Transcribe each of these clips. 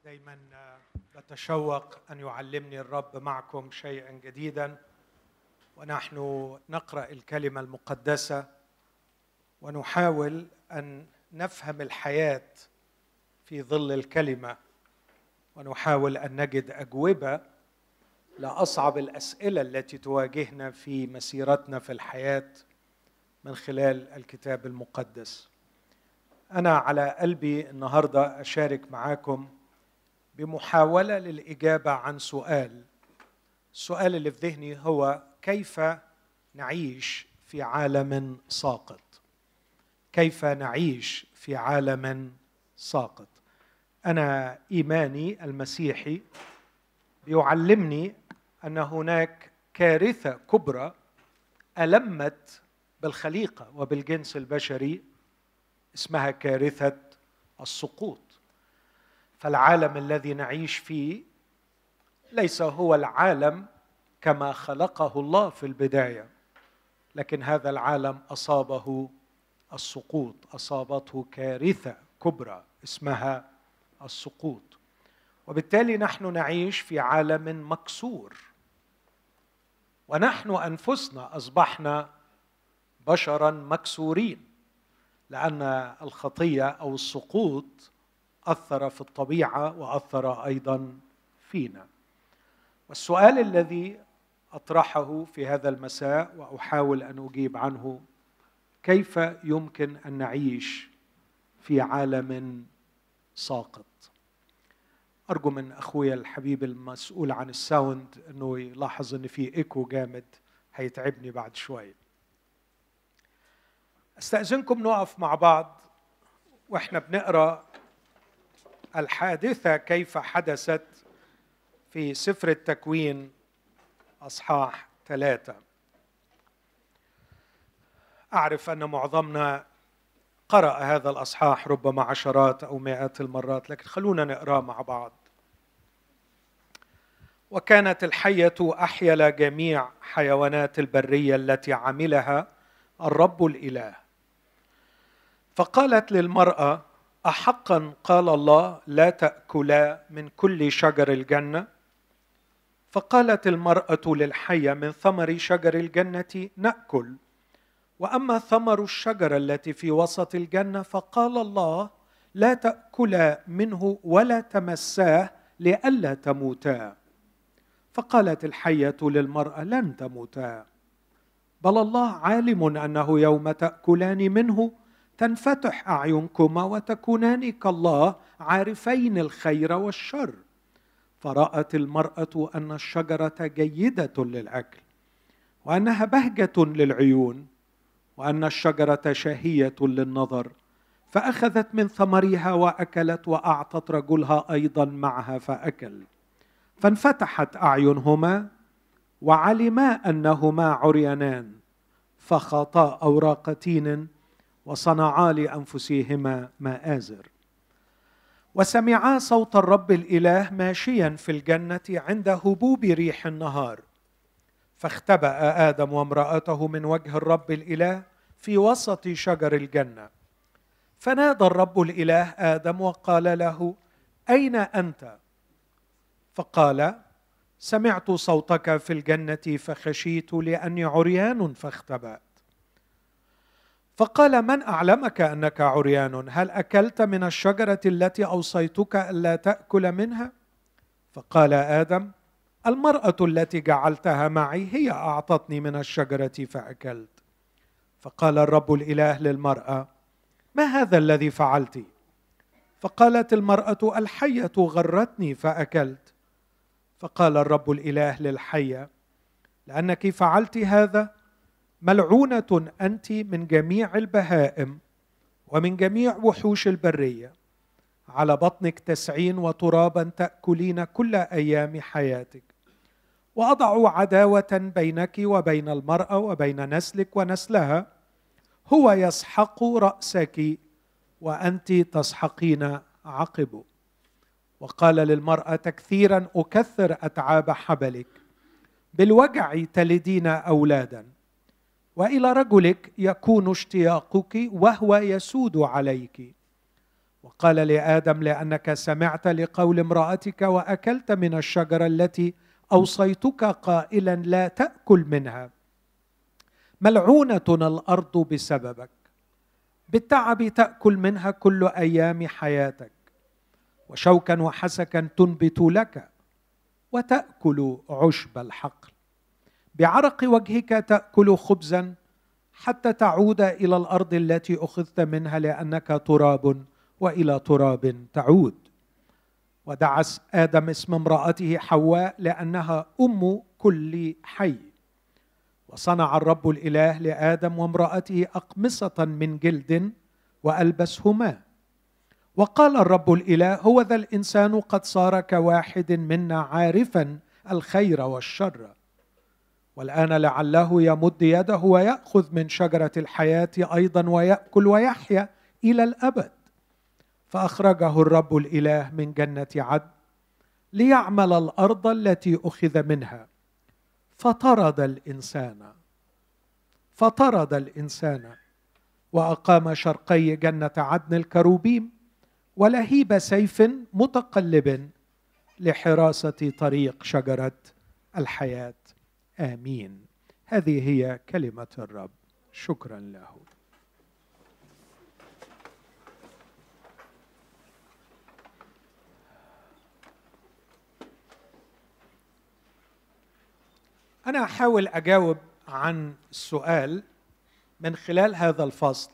دايما بتشوق أن يعلمني الرب معكم شيئا جديدا، ونحن نقرأ الكلمة المقدسة ونحاول أن نفهم الحياة في ظل الكلمة، ونحاول أن نجد أجوبة لأصعب الأسئلة التي تواجهنا في مسيرتنا في الحياة من خلال الكتاب المقدس. أنا على قلبي النهاردة أشارك معاكم بمحاولة للإجابة عن سؤال. السؤال اللي في ذهني هو: كيف نعيش في عالم ساقط؟ كيف نعيش في عالم ساقط؟ أنا إيماني المسيحي بيعلمني أن هناك كارثة كبرى ألمت بالخليقة وبالجنس البشري، اسمها كارثة السقوط. فالعالم الذي نعيش فيه ليس هو العالم كما خلقه الله في البداية، لكن هذا العالم أصابه السقوط، أصابته كارثة كبرى اسمها السقوط. وبالتالي نحن نعيش في عالم مكسور، ونحن أنفسنا أصبحنا بشرا مكسورين، لأن الخطية أو السقوط أثر في الطبيعة وأثر أيضا فينا. والسؤال الذي أطرحه في هذا المساء وأحاول أن أجيب عنه: كيف يمكن أن نعيش في عالم ساقط؟ أرجو من أخويا الحبيب المسؤول عن الساوند أنه يلاحظ أن في إيكو جامد هيتعبني بعد شوية. أستأذنكم نقف مع بعض وإحنا بنقرأ الحادثة كيف حدثت في سفر التكوين أصحاح 3. أعرف أن معظمنا قرأ هذا الأصحاح ربما عشرات أو مئات المرات، لكن خلونا نقرأ مع بعض. وكانت الحية أحيل جميع حيوانات البرية التي عملها الرب الإله، فقالت للمرأة: أحقا قال الله لا تأكلا من كل شجر الجنة؟ فقالت المرأة للحية: من ثمر شجر الجنة نأكل، وأما ثمر الشجرة التي في وسط الجنة فقال الله لا تأكلا منه ولا تمساه لئلا تموتا. فقالت الحية للمرأة: لن تموتا، بل الله عالم أنه يوم تأكلان منه تنفتح أعينكما وتكونان كالله عارفين الخير والشر. فرأت المرأة أن الشجرة جيدة للأكل، وأنها بهجة للعيون، وأن الشجرة شهية للنظر، فأخذت من ثمرها وأكلت، وأعطت رجلها أيضا معها فأكل. فانفتحت أعينهما وعلما أنهما عريانان، فخاطا أوراق تين وصنعا لأنفسهما مآزر. وسمعا صوت الرب الإله ماشيا في الجنة عند هبوب ريح النهار، فاختبأ آدم وامرأته من وجه الرب الإله في وسط شجر الجنة. فنادى الرب الإله آدم وقال له: أين أنت؟ فقال: سمعت صوتك في الجنة فخشيت لأني عريان فاختبأت. فقال: من أعلمك أنك عريان؟ هل أكلت من الشجرة التي أوصيتك ألا تأكل منها؟ فقال آدم: المرأة التي جعلتها معي هي أعطتني من الشجرة فأكلت. فقال الرب الإله للمرأة: ما هذا الذي فعلت؟ فقالت المرأة: الحية غرتني فأكلت. فقال الرب الإله للحية: لأنك فعلت هذا ملعونة أنت من جميع البهائم ومن جميع وحوش البرية، على بطنك تسعين وترابا تأكلين كل أيام حياتك. وأضع عداوة بينك وبين المرأة وبين نسلك ونسلها، هو يسحق رأسك وأنت تسحقين عقبه. وقال للمرأة: كثيرا أكثر أتعاب حبلك، بالوجع تلدين أولادا، وإلى رجلك يكون اشتياقك وهو يسود عليك. وقال لآدم: لأنك سمعت لقول امرأتك وأكلت من الشجرة التي أوصيتك قائلا لا تأكل منها، ملعونة الأرض بسببك، بالتعب تأكل منها كل أيام حياتك، وشوكا وحسكا تنبت لك، وتأكل عشب الحقل، بعرق وجهك تأكل خبزا حتى تعود إلى الأرض التي أخذت منها، لأنك تراب وإلى تراب تعود. ودعس آدم اسم امرأته حواء لأنها أم كل حي. وصنع الرب الإله لآدم وامرأته أقمصة من جلد وألبسهما. وقال الرب الإله: هوذا الإنسان قد صار كواحد منا عارفا الخير والشر، والآن لعله يمد يده ويأخذ من شجرة الحياة أيضا ويأكل ويحيا إلى الأبد. فأخرجه الرب الإله من جنة عدن ليعمل الأرض التي أخذ منها، فطرد الإنسان وأقام شرقي جنة عدن الكروبيم ولهيب سيف متقلب لحراسة طريق شجرة الحياة. آمين. هذه هي كلمة الرب. شكرا له. أنا أحاول أجاوب عن السؤال من خلال هذا الفصل،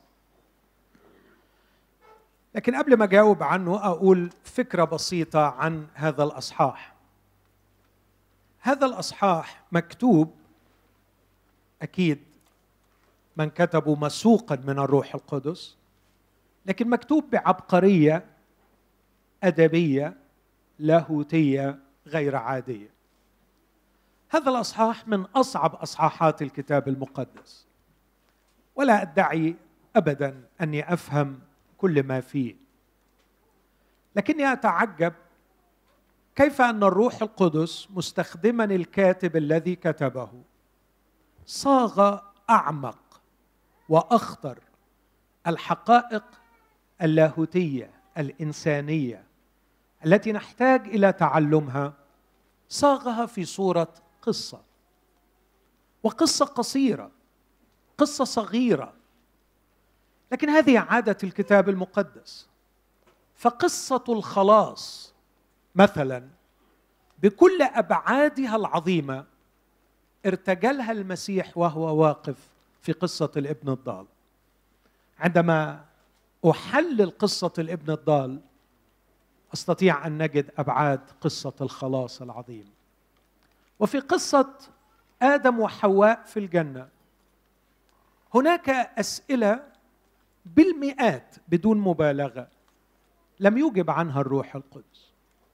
لكن قبل ما أجاوب عنه أقول فكرة بسيطة عن هذا الأصحاح. هذا الأصحاح مكتوب أكيد من كتبه مسوقا من الروح القدس، لكن مكتوب بعبقرية أدبية لاهوتية غير عادية. هذا الأصحاح من أصعب أصحاحات الكتاب المقدس، ولا أدعي أبدا أني أفهم كل ما فيه، لكني أتعجب كيف أن الروح القدس مستخدما الكاتب الذي كتبه صاغ أعمق وأخطر الحقائق اللاهوتية الإنسانية التي نحتاج إلى تعلمها، صاغها في صورة قصة، وقصة قصيرة، قصة صغيرة، لكن هذه عادة الكتاب المقدس. فقصة الخلاص مثلا بكل أبعادها العظيمة ارتجلها المسيح وهو واقف في قصة الابن الضال. عندما أحلل قصة الابن الضال أستطيع أن نجد أبعاد قصة الخلاص العظيم. وفي قصة آدم وحواء في الجنة هناك أسئلة بالمئات بدون مبالغة لم يجب عنها الروح القدس،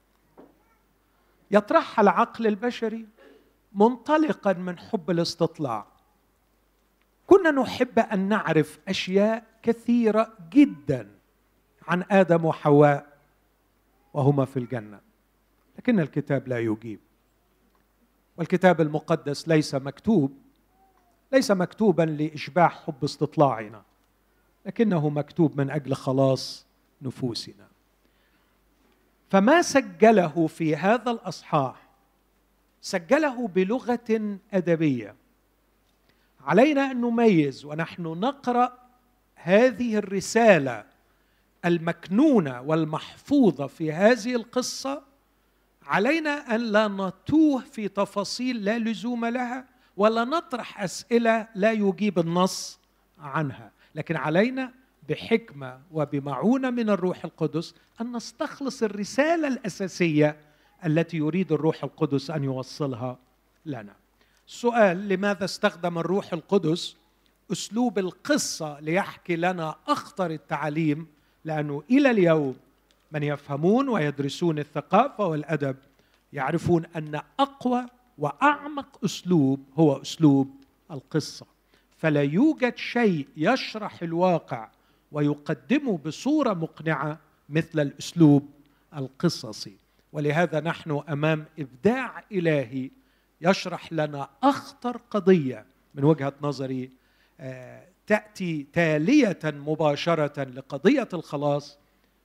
يطرحها العقل البشري منطلقا من حب الاستطلاع. كنا نحب أن نعرف أشياء كثيرة جدا عن آدم وحواء وهما في الجنة، لكن الكتاب لا يجيب. والكتاب المقدس ليس مكتوبا لإشباع حب استطلاعنا، لكنه مكتوب من أجل خلاص نفوسنا. فما سجله في هذا الأصحاح سجله بلغة أدبية. علينا أن نميز ونحن نقرأ هذه الرسالة المكنونة والمحفوظة في هذه القصة، علينا أن لا نتوه في تفاصيل لا لزوم لها ولا نطرح أسئلة لا يجيب النص عنها، لكن علينا بحكمة وبمعونة من الروح القدس أن نستخلص الرسالة الأساسية التي يريد الروح القدس أن يوصلها لنا. السؤال: لماذا استخدم الروح القدس أسلوب القصة ليحكي لنا أخطر التعاليم؟ لأنه إلى اليوم من يفهمون ويدرسون الثقافة والأدب يعرفون أن أقوى وأعمق أسلوب هو أسلوب القصة. فلا يوجد شيء يشرح الواقع ويقدمه بصورة مقنعة مثل الأسلوب القصصي. ولهذا نحن أمام إبداع إلهي يشرح لنا أخطر قضية من وجهة نظري تأتي تالية مباشرة لقضية الخلاص،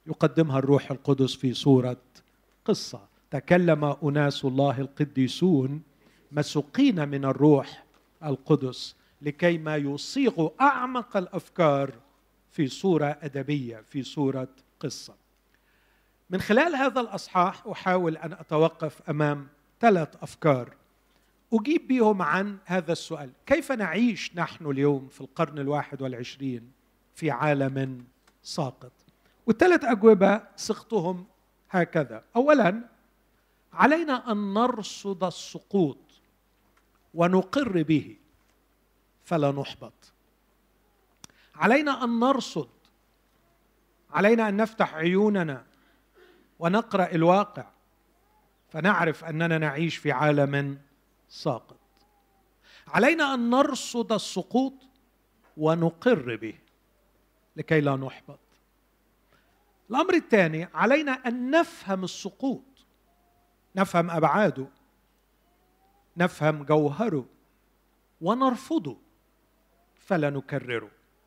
يقدمها الروح القدس في صورة قصة. تكلم أناس الله القديسون مسوقين من الروح القدس لكي ما يصيغوا أعمق الأفكار في صورة أدبية، في صورة قصة. من خلال هذا الأصحاح أحاول أن أتوقف أمام 3 أفكار أجيب بهم عن هذا السؤال: كيف نعيش نحن اليوم في القرن 21 في عالم ساقط؟ و3 أجوبة صغتهم هكذا. أولا، علينا أن نرصد السقوط ونقر به فلا نحبط. علينا أن نرصد، علينا أن نفتح عيوننا ونقرأ الواقع فنعرف أننا نعيش في عالم ساقط. علينا أن نرصد السقوط ونقر به لكي لا نحبط. الأمر الثاني، علينا أن نفهم السقوط، نفهم أبعاده، نفهم جوهره، ونرفضه فلا نكرره.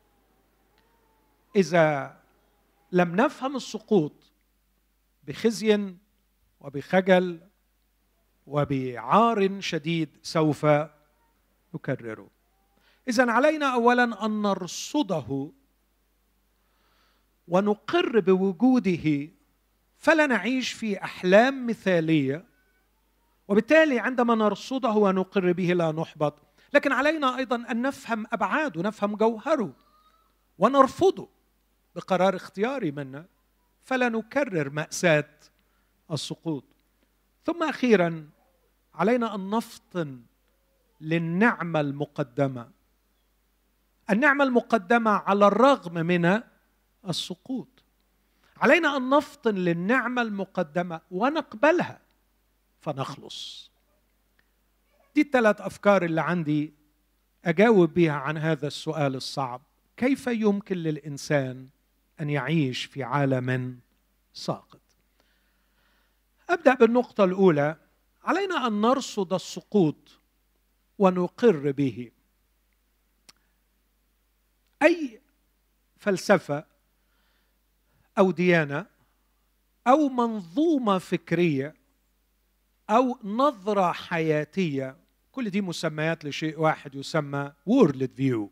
إذا لم نفهم السقوط بخزي وبخجل وبعار شديد سوف نكرره. إذن علينا أولا أن نرصده ونقر بوجوده فلا نعيش في أحلام مثالية، وبالتالي عندما نرصده ونقر به لا نحبط. لكن علينا أيضا أن نفهم أبعاده، نفهم جوهره، ونرفضه بقرار اختياري منا فلا نكرر مأساة السقوط. ثم أخيرا، علينا أن نفطن للنعمة المقدمة، النعمة المقدمة على الرغم من السقوط. علينا أن نفطن للنعمة المقدمة ونقبلها فنخلص. دي 3 أفكار اللي عندي أجاوب بها عن هذا السؤال الصعب: كيف يمكن للإنسان أن يعيش في عالم ساقط؟ أبدأ بالنقطة الأولى: علينا أن نرصد السقوط ونقر به. أي فلسفة أو ديانة أو منظومة فكرية أو نظرة حياتية، كل دي مسميات لشيء واحد يسمى world view،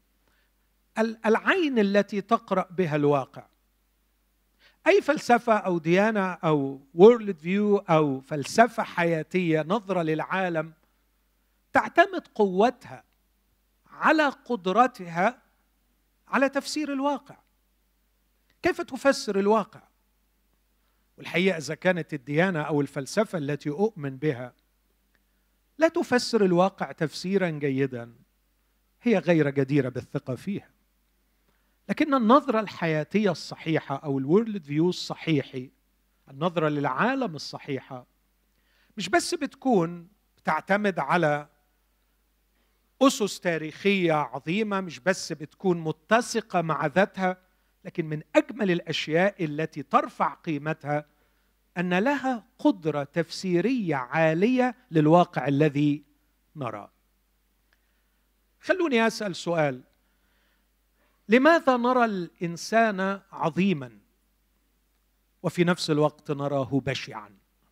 العين التي تقرأ بها الواقع. أي فلسفة أو ديانة أو world view أو فلسفة حياتية، نظرة للعالم، تعتمد قوتها على قدرتها على تفسير الواقع. كيف تفسر الواقع؟ والحقيقة إذا كانت الديانة أو الفلسفة التي أؤمن بها لا تفسر الواقع تفسيرا جيدا، هي غير جديرة بالثقة فيها. لكن النظرة الحياتية الصحيحة أو الورلد فيو الصحيحي، النظرة للعالم الصحيحة، مش بس بتكون بتعتمد على أسس تاريخية عظيمة، مش بس بتكون متسقة مع ذاتها، لكن من أجمل الأشياء التي ترفع قيمتها أن لها قدرة تفسيرية عالية للواقع الذي نراه. خلوني أسأل سؤال: لماذا نرى الإنسان عظيما وفي نفس الوقت نراه بشعا؟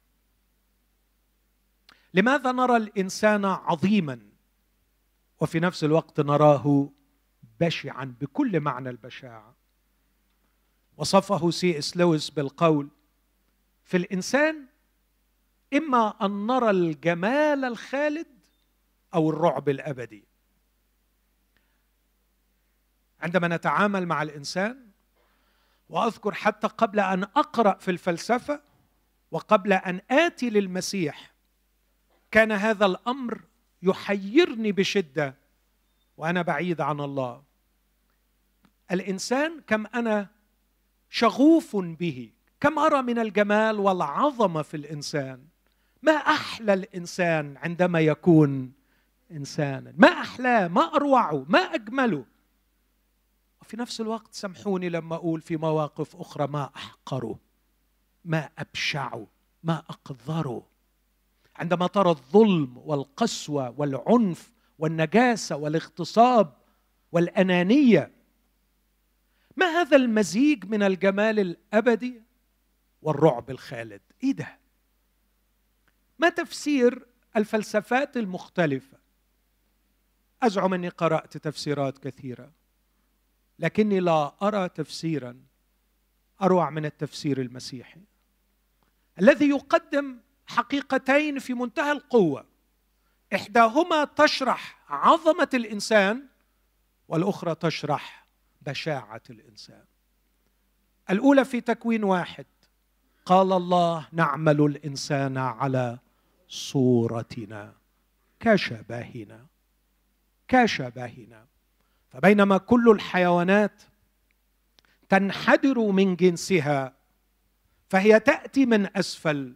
لماذا نرى الإنسان عظيما وفي نفس الوقت نراه بشعا بكل معنى البشاعة؟ وصفه C.S. لويس بالقول: في الإنسان إما أن نرى الجمال الخالد أو الرعب الأبدي. عندما نتعامل مع الإنسان، وأذكر حتى قبل أن أقرأ في الفلسفة وقبل أن آتي للمسيح، كان هذا الأمر يحيرني بشدة وأنا بعيد عن الله. الإنسان كم أنا شغوف به، كم أرى من الجمال والعظمة في الإنسان. ما أحلى الإنسان عندما يكون إنسانا، ما أحلاه، ما أروعه، ما أجمله. وفي نفس الوقت سامحوني لما أقول في مواقف أخرى ما أحقره، ما أبشعه، ما أقذره. عندما ترى الظلم والقسوة والعنف والنجاسة والاغتصاب والأنانية، ما هذا المزيج من الجمال الأبدي والرعب الخالد؟ إيه ده؟ ما تفسير الفلسفات المختلفة؟ أزعم أني قرأت تفسيرات كثيرة، لكني لا أرى تفسيرا أروع من التفسير المسيحي الذي يقدم حقيقتين في منتهى القوة، إحداهما تشرح عظمة الإنسان والأخرى تشرح بشاعة الإنسان. الأولى في تكوين 1 قال الله نعمل الإنسان على صورتنا كشبهنا. فبينما كل الحيوانات تنحدر من جنسها فهي تأتي من أسفل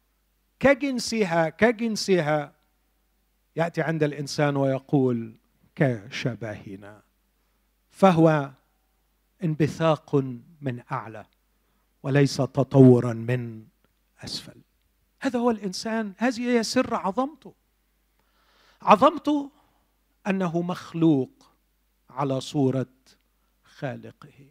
كجنسها يأتي عند الإنسان ويقول كشبهنا، فهو انبثاق من أعلى وليس تطورا من أسفل. هذا هو الإنسان، هذه هي سر عظمته أنه مخلوق على صورة خالقه.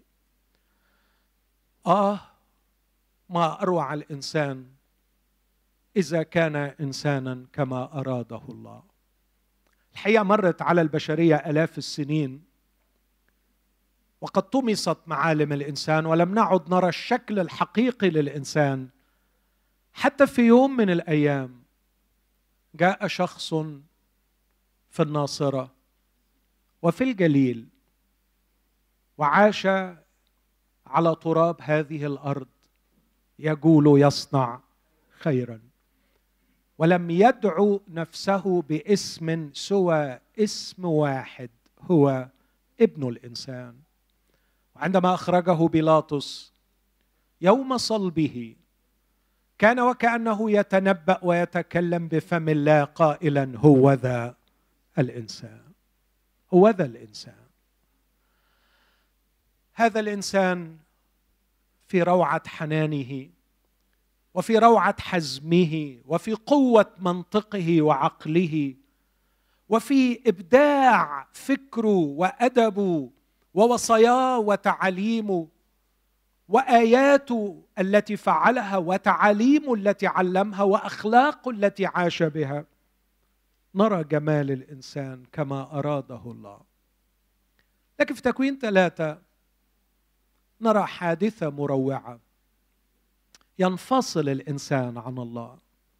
ما أروع الإنسان إذا كان إنسانا كما أراده الله. الحقيقة مرت على البشرية آلاف السنين وقد طمست معالم الإنسان ولم نعد نرى الشكل الحقيقي للإنسان، حتى في يوم من الأيام جاء شخص في الناصرة وفي الجليل وعاش على تراب هذه الأرض يقول يصنع خيرا، ولم يدعو نفسه باسم سوى اسم واحد هو ابن الإنسان. وعندما أخرجه بيلاطس يوم صلبه كان وكأنه يتنبأ ويتكلم بفم الله قائلا هو ذا الإنسان. هذا الإنسان في روعة حنانه وفي روعة حزمه وفي قوة منطقه وعقله وفي إبداع فكره وأدبه ووصاياه وتعاليمه وآياته التي فعلها وتعاليمه التي علمها وأخلاقه التي عاش بها، نرى جمال الإنسان كما أراده الله. لكن في تكوين 3 نرى حادثة مروعة، ينفصل الإنسان عن الله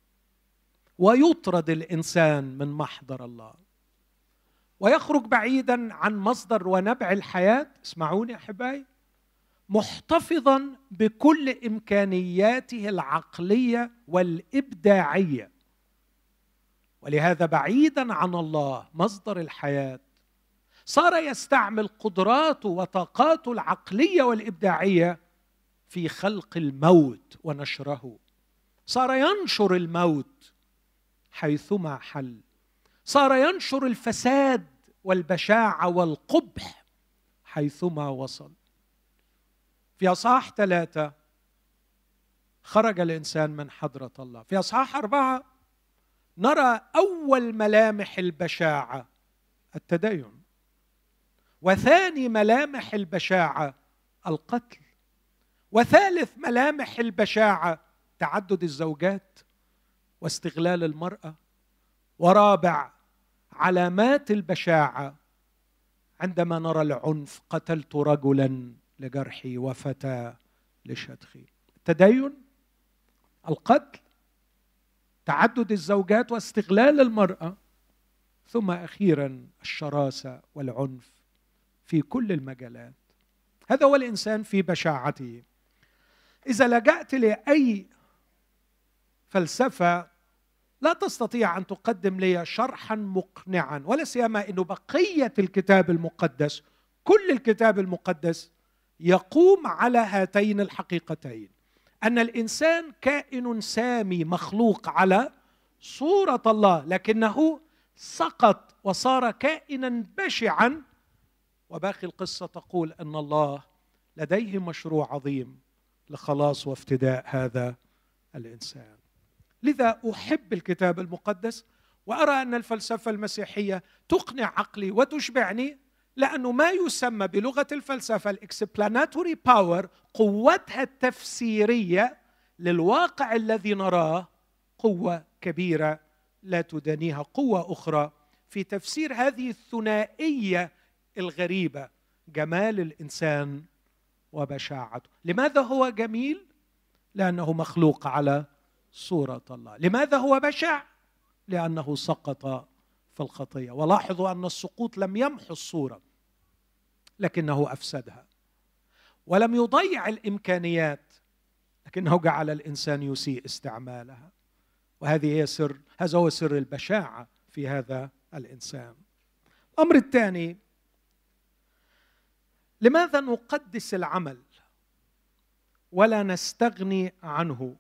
ويطرد الإنسان من محضر الله ويخرج بعيدا عن مصدر ونبع الحياة. اسمعوني أحبائي، محتفظا بكل إمكانياته العقلية والإبداعية، ولهذا بعيدا عن الله مصدر الحياة صار يستعمل قدراته وطاقاته العقلية والإبداعية في خلق الموت ونشره. صار ينشر الموت حيثما حل، صار ينشر الفساد والبشاعة والقبح حيثما وصل. في أصحاح 3 خرج الإنسان من حضرة الله. في أصحاح 4 نرى أول ملامح البشاعة التدين، وثاني ملامح البشاعة القتل، وثالث ملامح البشاعة تعدد الزوجات واستغلال المرأة، ورابع علامات البشاعة عندما نرى العنف، قتلت رجلا لجرحي وفتى لشدخي. التدين، القتل، تعدد الزوجات واستغلال المرأة، ثم أخيرا الشراسة والعنف في كل المجالات. هذا هو الإنسان في بشاعته. إذا لجأت لأي فلسفة لا تستطيع أن تقدم لي شرحا مقنعا، ولا سيما أنه بقية الكتاب المقدس، كل الكتاب المقدس يقوم على هاتين الحقيقتين: أن الإنسان كائن سامي مخلوق على صورة الله، لكنه سقط وصار كائنا بشعا. وباقي القصة تقول أن الله لديه مشروع عظيم لخلاص وافتداء هذا الإنسان. لذا أحب الكتاب المقدس، وأرى أن الفلسفة المسيحية تقنع عقلي وتشبعني، لأنه ما يسمى بلغة الفلسفة الإكسبلاناتوري باور، قوتها التفسيرية للواقع الذي نراه، قوة كبيرة لا تدانيها قوة أخرى في تفسير هذه الثنائية الغريبة، جمال الإنسان وبشاعته. لماذا هو جميل؟ لأنه مخلوق على صورة الله. لماذا هو بشع؟ لأنه سقط في الخطية. ولاحظوا أن السقوط لم يمحو الصورة، لكنه أفسدها، ولم يضيع الإمكانيات، لكنه جعل الإنسان يسيء استعمالها. هذا هو سر البشاعة في هذا الإنسان. الأمر الثاني، لماذا نقدس العمل ولا نستغني عنه؟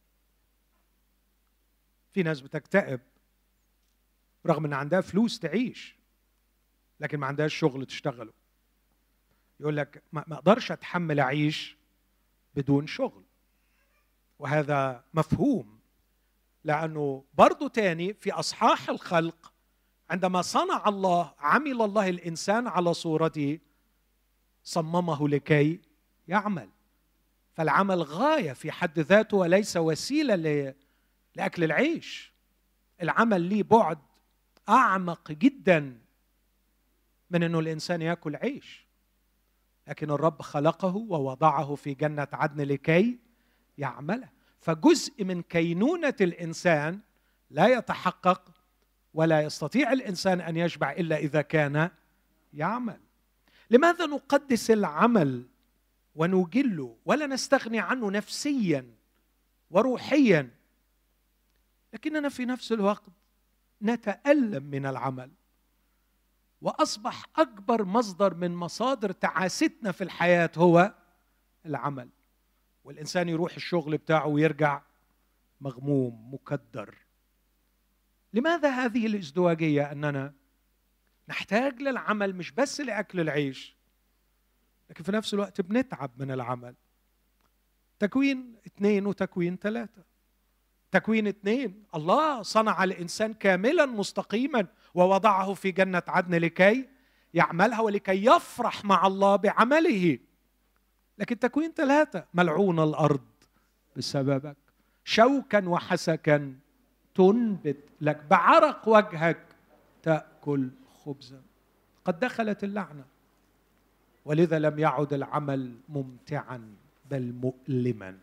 في ناس بتكتئب رغم أن عندها فلوس تعيش، لكن ما عندهاش شغل تشتغله. يقول لك ما أقدرش أتحمل أعيش بدون شغل. وهذا مفهوم، لأنه برضو تاني في أصحاح الخلق عندما صنع الله، عمل الله الإنسان على صورته، صممه لكي يعمل. فالعمل غاية في حد ذاته وليس وسيلة لأكل العيش. العمل ليه بعد أعمق جدا من أنه الإنسان يأكل عيش. لكن الرب خلقه ووضعه في جنة عدن لكي يعمله. فجزء من كينونة الإنسان لا يتحقق ولا يستطيع الإنسان أن يشبع إلا إذا كان يعمل. لماذا نقدس العمل ونجله ولا نستغني عنه نفسيا وروحيا، لكننا في نفس الوقت نتألم من العمل؟ وأصبح أكبر مصدر من مصادر تعاستنا في الحياة هو العمل. والإنسان يروح الشغل بتاعه ويرجع مغموم مكدر. لماذا هذه الازدواجية؟ أننا نحتاج للعمل مش بس لأكل العيش، لكن في نفس الوقت بنتعب من العمل. تكوين 2 وتكوين 3. تكوين 2 الله صنع الإنسان كاملا مستقيما ووضعه في جنة عدن لكي يعملها ولكي يفرح مع الله بعمله. لكن تكوين 3 ملعون الأرض بسببك، شوكا وحسكا تنبت لك، بعرق وجهك تأكل خبزا. قد دخلت اللعنة، ولذا لم يعد العمل ممتعا بل مؤلما.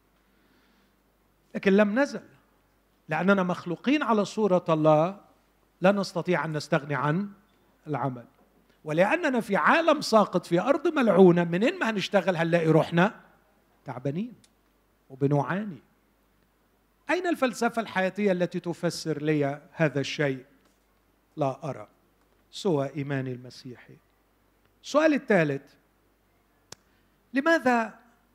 لكن لم نزل، لأننا مخلوقين على صورة الله، لا نستطيع أن نستغني عن العمل. ولأننا في عالم ساقط في أرض ملعونة، منين ما هنشتغل هنلاقي روحنا تعبانين وبنعاني. أين الفلسفة الحياتية التي تفسر لي هذا الشيء؟ لا أرى سوى إيماني المسيحي. السؤال الثالث، لماذا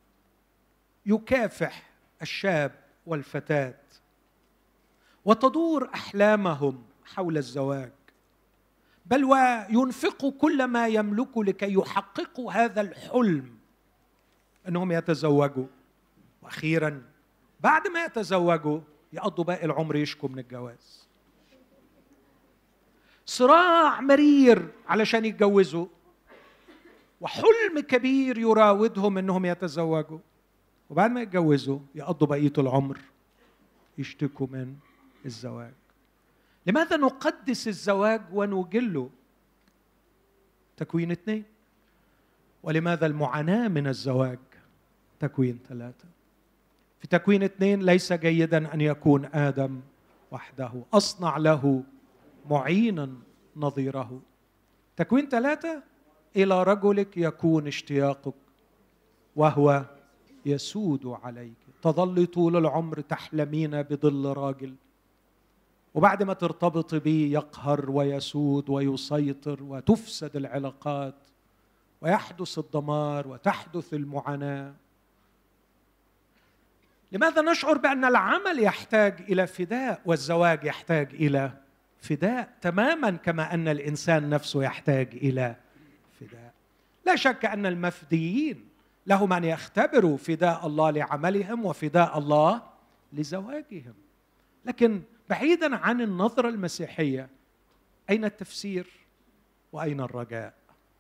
يكافح الشاب والفتاة وتدور أحلامهم حول الزواج، بل وينفقوا كل ما يملكوا لكي يحققوا هذا الحلم أنهم يتزوجوا، وأخيراً بعد ما يتزوجوا يقضوا باقي العمر يشكوا من الجواز؟ صراع مرير علشان يتجوزوا، وحلم كبير يراودهم أنهم يتزوجوا، وبعد ما يتجوزوا يقضوا بقية العمر يشتكوا من الزواج. لماذا نقدس الزواج ونجله؟ تكوين 2. ولماذا المعاناة من الزواج؟ تكوين 3. في تكوين 2 ليس جيدا أن يكون آدم وحده، أصنع له معينا نظيره. تكوين 3 إلى رجلك يكون اشتياقك وهو يسود عليك. تظل طول العمر تحلمين بظل راجل، وبعد ما ترتبط به يقهر ويسود ويسيطر وتفسد العلاقات ويحدث الدمار وتحدث المعاناة. لماذا نشعر بأن العمل يحتاج إلى فداء والزواج يحتاج إلى فداء تماما كما أن الإنسان نفسه يحتاج إلى فداء؟ لا شك أن المفديين لهم أن يختبروا فداء الله لعملهم وفداء الله لزواجهم، لكن بعيدا عن النظرة المسيحية، أين التفسير وأين الرجاء؟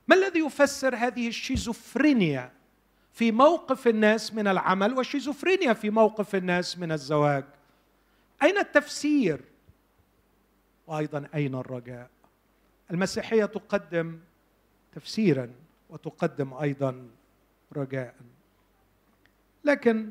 ما الذي يفسر هذه الشيزوفرينيا في موقف الناس من العمل والشيزوفرينيا في موقف الناس من الزواج؟ أين التفسير؟ وأيضا أين الرجاء؟ المسيحية تقدم تفسيرا وتقدم أيضا رجاء. لكن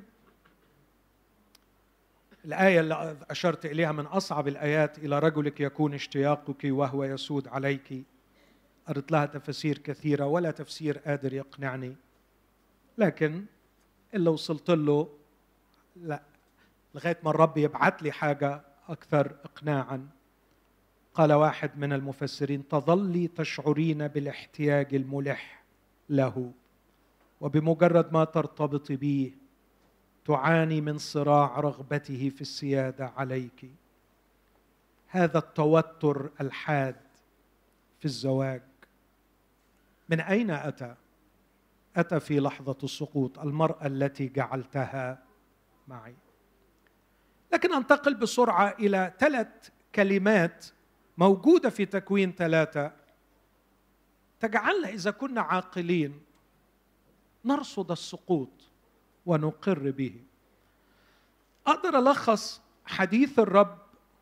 الآية اللي أشرت إليها من أصعب الآيات، إلى رجلك يكون اشتياقك وهو يسود عليك، قرأت لها تفاسير كثيرة ولا تفسير قادر يقنعني، لكن اللي وصلت له لا، لغاية ما الرب يبعث لي حاجة أكثر إقناعا. قال واحد من المفسرين: تظلي تشعرين بالاحتياج الملح له، وبمجرد ما ترتبط به تعاني من صراع رغبته في السيادة عليك. هذا التوتر الحاد في الزواج من أين أتى؟ أتى في لحظة السقوط، المرأة التي جعلتها معي. لكن أنتقل بسرعة إلى 3 كلمات موجودة في تكوين 3 تجعلنا إذا كنا عاقلين نرصد السقوط ونقر به. أقدر ألخص حديث الرب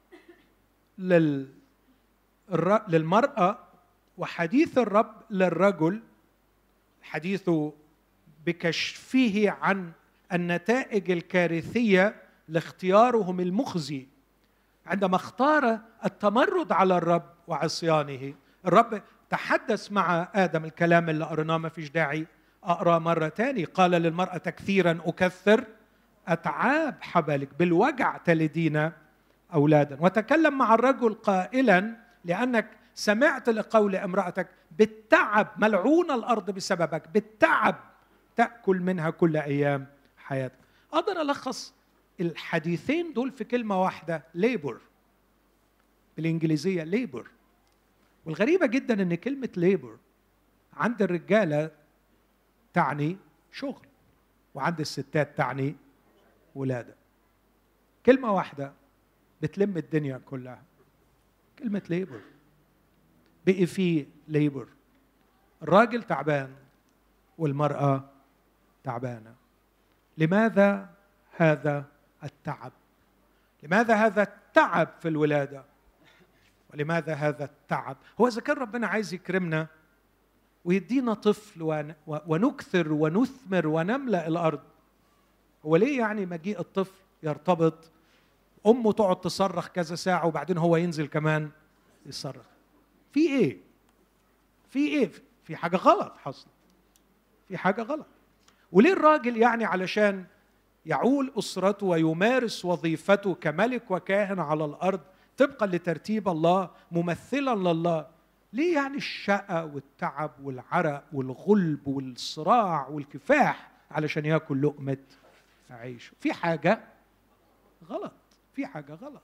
للمرأة وحديث الرب للرجل، حديث بكشفه عن النتائج الكارثية لاختيارهم المخزي عندما اختار التمرد على الرب وعصيانه. الرب تحدث مع آدم الكلام اللي قرناه، ما فيش داعي أقرأ مرة تاني. قال للمرأة: كثيرا أكثر أتعاب حبلك، بالوجع تلدين أولادا. وتكلم مع الرجل قائلا: لأنك سمعت لقول امرأتك، بالتعب ملعون الأرض بسببك، بالتعب تأكل منها كل أيام حياتك. أقدر ألخص الحديثين دول في كلمة واحدة: ليبر، بالإنجليزية ليبر. والغريبة جدا أن كلمة ليبر عند الرجالة تعني شغل، وعند الستات تعني ولادة. كلمة واحدة بتلم الدنيا كلها، كلمة ليبر. بقي فيه ليبر، الراجل تعبان والمرأة تعبانة. لماذا هذا التعب؟ لماذا هذا التعب في الولادة؟ ولماذا هذا التعب؟ هو إذا كان ربنا عايز يكرمنا ويدينا طفل ونكثر ونثمر ونملأ الأرض، هو ليه يعني مجيء الطفل يرتبط أمه تقعد تصرخ كذا ساعة وبعدين هو ينزل كمان يصرخ؟ في إيه؟ في إيه؟ في حاجة غلط حصل، في حاجة غلط. وليه الراجل يعني علشان يعول أسرته ويمارس وظيفته كملك وكاهن على الأرض طبقا لترتيب الله ممثلا لله، ليه يعني الشقة والتعب والعرق والغلب والصراع والكفاح علشان يأكل لقمة عيشه؟ في حاجة غلط، في حاجة غلط.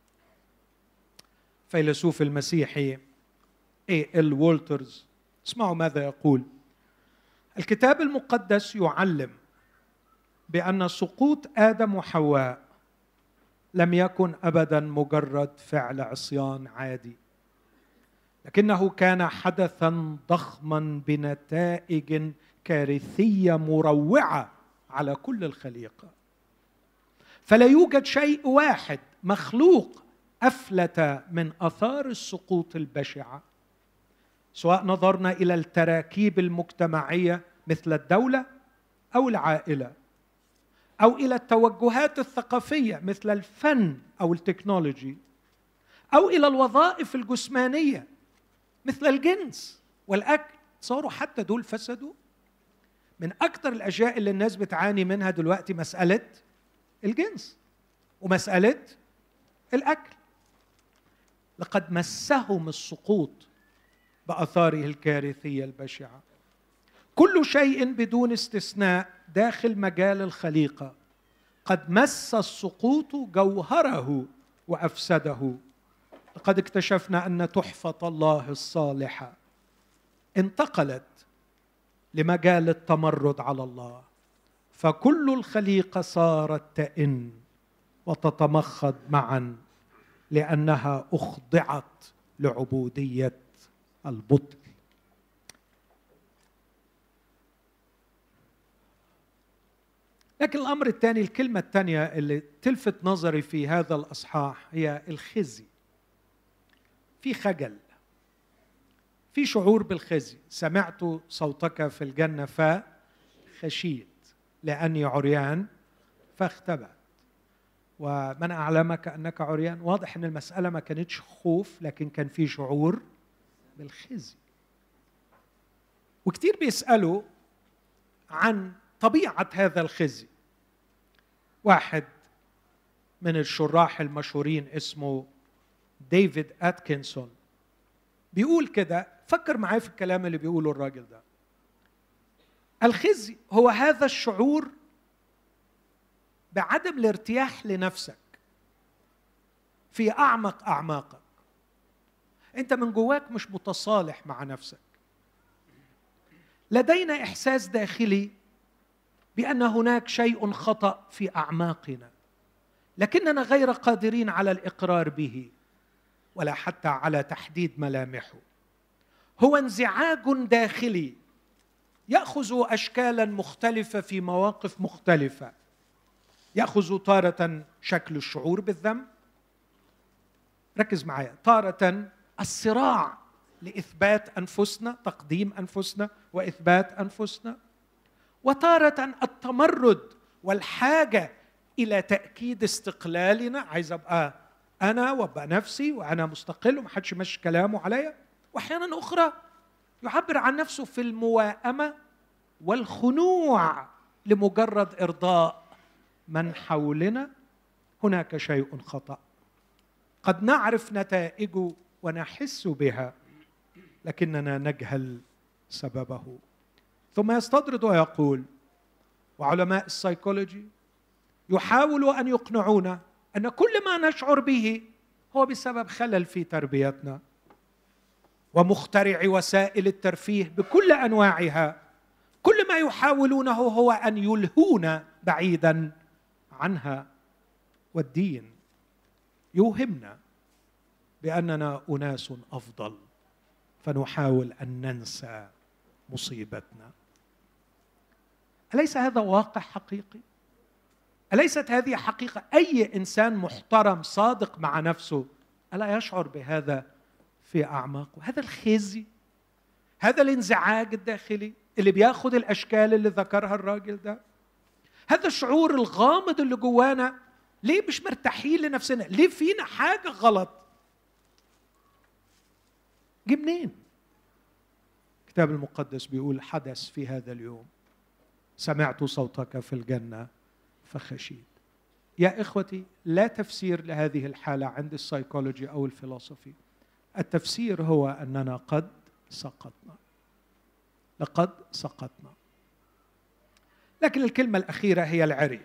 فيلسوف المسيحي A.L. وولترز، اسمعوا ماذا يقول: الكتاب المقدس يعلم بأن سقوط آدم وحواء لم يكن أبداً مجرد فعل عصيان عادي، لكنه كان حدثاً ضخماً بنتائج كارثية مروعة على كل الخليقة. فلا يوجد شيء واحد مخلوق أفلت من آثار السقوط البشعة، سواء نظرنا إلى التراكيب المجتمعية مثل الدولة أو العائلة، أو إلى التوجهات الثقافية مثل الفن أو التكنولوجي، أو إلى الوظائف الجسمانية مثل الجنس والأكل. تصوروا حتى دول فسدوا. من أكثر الأشياء اللي الناس بتعاني منها دلوقتي مسألة الجنس ومسألة الأكل. لقد مسهم السقوط بآثاره الكارثية البشعة. كل شيء بدون استثناء داخل مجال الخليقة قد مس السقوط جوهره وأفسده. لقد اكتشفنا أن تحفة الله الصالحة انتقلت لمجال التمرد على الله، فكل الخليقة صارت تئن وتتمخض معا لأنها أخضعت لعبودية البطل. لكن الأمر الثاني، الكلمة الثانية اللي تلفت نظري في هذا الأصحاح هي الخزي. في خجل، في شعور بالخزي. سمعت صوتك في الجنة فخشيت لأني عريان فاختبأت. ومن أعلمك أنك عريان. واضح أن المسألة ما كانتش خوف، لكن كان في شعور بالخزي. وكتير بيسألوا عن طبيعة هذا الخزي. واحد من الشراح المشهورين اسمه ديفيد أتكنسون بيقول كده، فكر معايا في الكلام اللي بيقوله الراجل ده. الخزي هو هذا الشعور بعدم الارتياح لنفسك في أعمق أعماقك. أنت من جواك مش متصالح مع نفسك. لدينا إحساس داخلي بأن هناك شيء خطأ في أعماقنا، لكننا غير قادرين على الإقرار به ولا حتى على تحديد ملامحه. هو انزعاج داخلي يأخذ أشكالا مختلفة في مواقف مختلفة. يأخذ تارة شكل الشعور بالذنب، ركز معايا، تارة الصراع لإثبات أنفسنا، تقديم أنفسنا وإثبات أنفسنا، وتارة التمرد والحاجة إلى تأكيد استقلالنا. عايز أبقى أنا وأبقى نفسي وأنا مستقل ومحدش يمشي كلامه عليا. وأحيانا أخرى يعبر عن نفسه في المواءمة والخنوع لمجرد إرضاء من حولنا. هناك شيء خطأ قد نعرف نتائجه ونحس بها، لكننا نجهل سببه. ثم يستطرد ويقول، وعلماء السيكولوجي يحاولوا أن يقنعونا أن كل ما نشعر به هو بسبب خلل في تربيتنا، ومخترع وسائل الترفيه بكل أنواعها كل ما يحاولونه هو أن يلهونا بعيدا عنها. والدين يوهمنا بأننا أناس أفضل، فنحاول أن ننسى مصيبتنا. أليس هذا واقع حقيقي؟ أليست هذه حقيقة؟ أي إنسان محترم صادق مع نفسه ألا يشعر بهذا في أعماقه؟ هذا الخزي، هذا الانزعاج الداخلي اللي بياخد الأشكال اللي ذكرها الراجل ده، هذا الشعور الغامض اللي جوانا. ليه مش مرتاحين لنفسنا؟ ليه فينا حاجة غلط؟ جه منين؟ الكتاب المقدس بيقول حدث في هذا اليوم، سمعت صوتك في الجنة فخشيت. يا إخوتي، لا تفسير لهذه الحالة عند السيكولوجي أو الفلسفي. التفسير هو أننا قد سقطنا، لقد سقطنا. لكن الكلمة الأخيرة هي العري.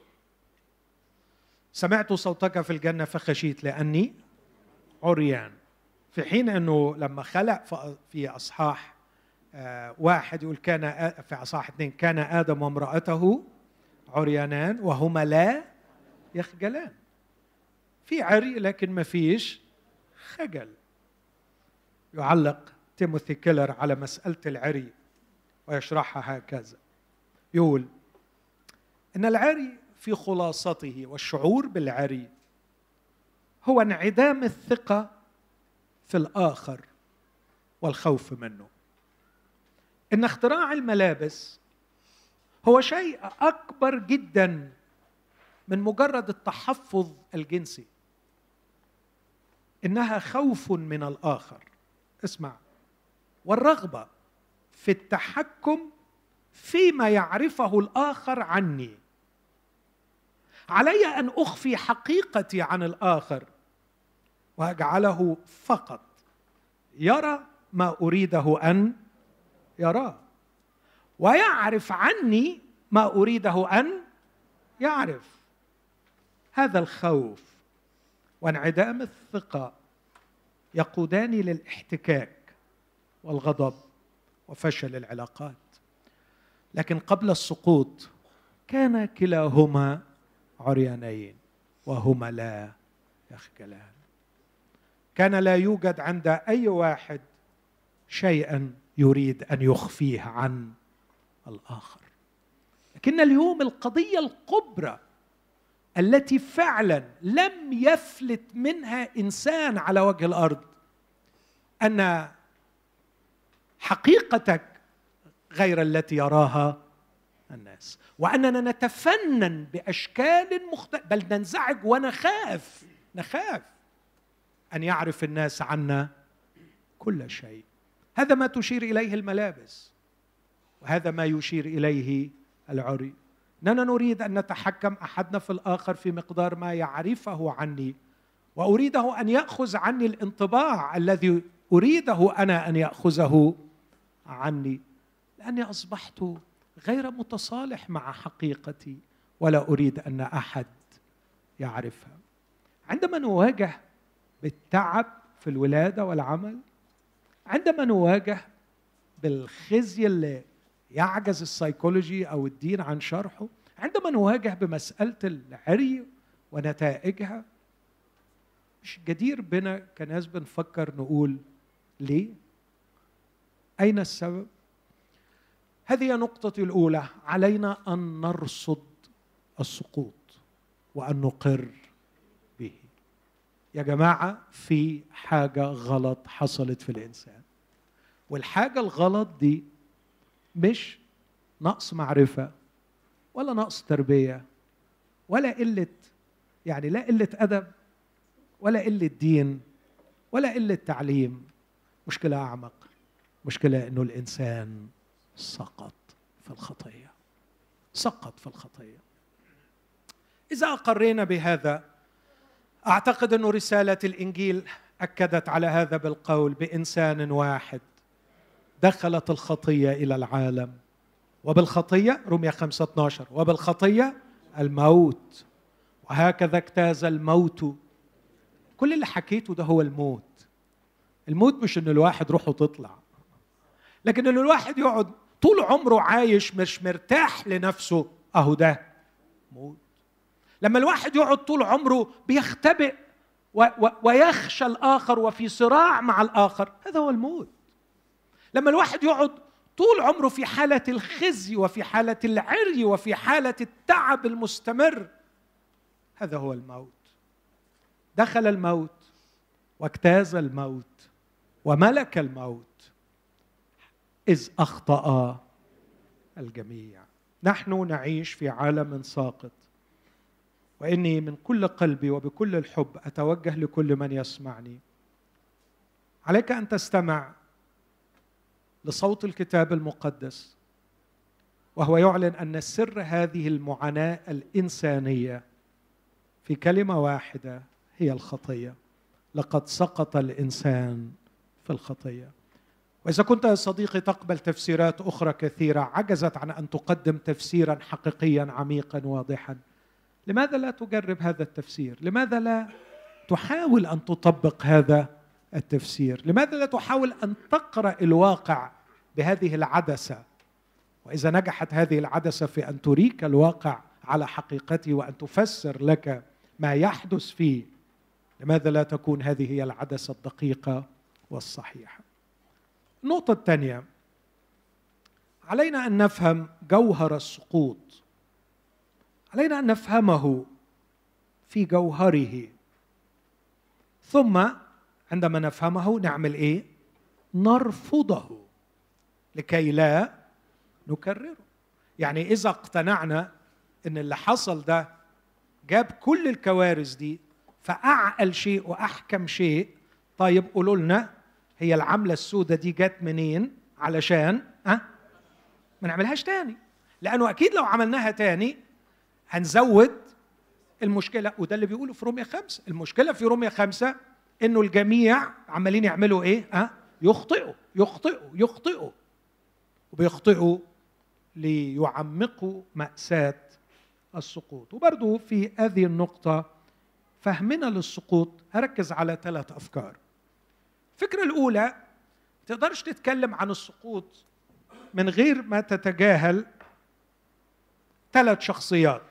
سمعت صوتك في الجنة فخشيت لأني عريان. في حين أنه لما خلق في أصحاح واحد يقول كان في أصحاح 2 كان آدم وامرأته عريانان وهما لا يخجلان. في عري لكن ما فيش خجل. يعلق تيموثي كيلر على مسألة العري ويشرحها هكذا، يقول إن العري في خلاصته والشعور بالعري هو انعدام الثقة في الآخر والخوف منه. إن اختراع الملابس هو شيء أكبر جدا من مجرد التحفظ الجنسي. إنها خوف من الآخر، اسمع، والرغبة في التحكم فيما يعرفه الآخر عني. علي أن أخفي حقيقتي عن الآخر وأجعله فقط يرى ما أريده أن يراه، ويعرف عني ما أريده أن يعرف. هذا الخوف وانعدام الثقة يقودان للاحتكاك والغضب وفشل العلاقات. لكن قبل السقوط كان كلاهما عريانين وهما لا يخجلان. كان لا يوجد عند أي واحد شيئا يريد أن يخفيه عن الآخر، لكن اليوم القضية الكبرى التي فعلا لم يفلت منها إنسان على وجه الأرض أن حقيقتك غير التي يراها الناس، وأننا نتفنن بأشكال مختلفة، بل ننزعج ونخاف أن يعرف الناس عنا كل شيء. هذا ما تشير إليه الملابس، وهذا ما يشير إليه العري. أننا نريد أن نتحكم أحدنا في الآخر في مقدار ما يعرفه عني، وأريده أن يأخذ عني الانطباع الذي أريده أنا أن يأخذه عني، لأني أصبحت غير متصالح مع حقيقتي ولا أريد أن أحد يعرفها. عندما نواجه بالتعب في الولادة والعمل، عندما نواجه بالخزي اللي يعجز السيكولوجي أو الدين عن شرحه، عندما نواجه بمسألة العري ونتائجها، مش جدير بنا كناس بنفكر نقول ليه؟ أين السبب؟ هذه نقطتي الأولى. علينا أن نرصد السقوط وأن نقر به. يا جماعة، في حاجة غلط حصلت في الإنسان، والحاجة الغلط دي مش نقص معرفة ولا نقص تربية ولا قلة، يعني لا قلة أدب ولا قلة دين ولا قلة تعليم. مشكلة أعمق، مشكلة إنه الإنسان سقط في الخطية، سقط في الخطية. إذا أقرينا بهذا، أعتقد أن رسالة الإنجيل أكدت على هذا بالقول: بإنسان واحد دخلت الخطية إلى العالم، وبالخطية رمية 5:12 وبالخطية الموت، وهكذا اجتاز الموت. كل اللي حكيته ده هو الموت. الموت مش إن الواحد روحه تطلع، لكن إن الواحد يقعد طول عمره عايش مش مرتاح لنفسه، أهو ده موت. لما الواحد يقعد طول عمره بيختبئ ويخشى الآخر وفي صراع مع الآخر، هذا هو الموت. لما الواحد يقعد طول عمره في حالة الخزي وفي حالة العري وفي حالة التعب المستمر، هذا هو الموت. دخل الموت واجتاز الموت وملك الموت إذ أخطأ الجميع. نحن نعيش في عالم ساقط، وإني من كل قلبي وبكل الحب أتوجه لكل من يسمعني: عليك أن تستمع لصوت الكتاب المقدس، وهو يعلن أن سر هذه المعاناة الإنسانية في كلمة واحدة هي الخطية. لقد سقط الإنسان في الخطية. وإذا كنت يا صديقي تقبل تفسيرات أخرى كثيرة عجزت عن أن تقدم تفسيرا حقيقيا عميقا واضحا، لماذا لا تجرب هذا التفسير؟ لماذا لا تحاول أن تطبق هذا التفسير؟ لماذا لا تحاول أن تقرأ الواقع بهذه العدسة؟ وإذا نجحت هذه العدسة في أن تريك الواقع على حقيقته وأن تفسر لك ما يحدث فيه، لماذا لا تكون هذه هي العدسة الدقيقة والصحيحة؟ النقطة الثانية: علينا أن نفهم جوهر السقوط، علينا أن نفهمه في جوهره، ثم عندما نفهمه نعمل إيه؟ نرفضه لكي لا نكرره. يعني إذا اقتنعنا إن اللي حصل ده جاب كل الكوارث دي، فأعقل شيء وأحكم شيء، طيب قولوا لنا هي العملة السوداء دي جت منين علشان ما نعملهاش تاني، لأنه أكيد لو عملناها تاني هنزود المشكلة. وده اللي بيقوله في رومية 5. المشكلة في رومية 5 إنه الجميع عمالين يعملوا إيه؟ يخطئوا يخطئوا يخطئوا، وبيخطئوا ليعمقوا مأساة السقوط. وبرضو في هذه النقطة فهمنا للسقوط هركز على 3 أفكار. الفكرة الأولى: تقدرش تتكلم عن السقوط من غير ما تتجاهل 3 شخصيات.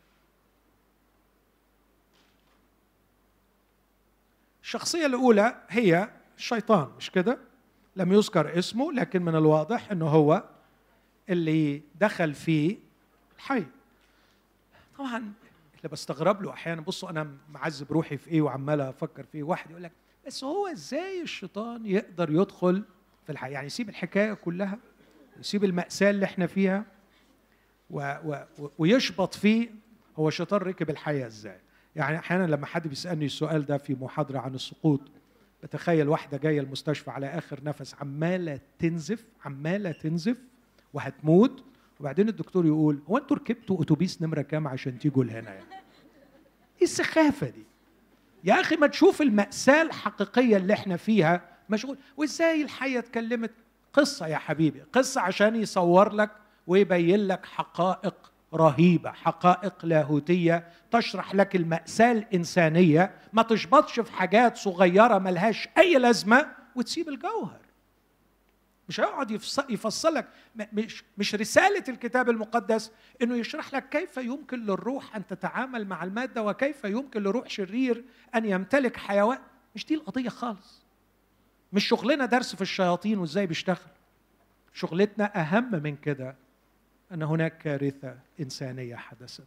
الشخصية الأولى هي الشيطان، مش كده؟ لم يذكر اسمه، لكن من الواضح أنه هو اللي دخل في حي. طبعا اللي بستغرب له احيانا، بصوا انا معذب روحي في ايه وعمال افكر فيه، واحد يقول لك بس هو ازاي الشيطان يقدر يدخل في الحياه؟ يعني يسيب الحكايه كلها، يسيب المأساة اللي احنا فيها ويشبط فيه. هو الشيطان ركب الحياه ازاي؟ يعني احيانا لما حد بيسالني السؤال ده في محاضره عن السقوط، بتخيل واحده جايه المستشفى على اخر نفس، عماله تنزف وهتموت، وبعدين الدكتور يقول هو انتوا ركبتوا اتوبيس نمره كام عشان تيجوا لهنا؟ يعني ايه السخافه دي يا اخي؟ ما تشوف المأساة الحقيقيه اللي احنا فيها، مشغول. وازاي الحيه اتكلمت؟ قصه يا حبيبي، قصه عشان يصور لك ويبين لك حقائق رهيبه، حقائق لاهوتيه تشرح لك المأساة الانسانيه. ما تشبطش في حاجات صغيره ملهاش اي لازمه وتسيب الجوهر. مش هيقعد يفصل لك. مش رسالة الكتاب المقدس انه يشرح لك كيف يمكن للروح ان تتعامل مع المادة وكيف يمكن لروح شرير ان يمتلك حيوان. مش دي القضية خالص. مش شغلنا درس في الشياطين وازاي بيشتغل. شغلتنا اهم من كده، ان هناك كارثة انسانية حدثت.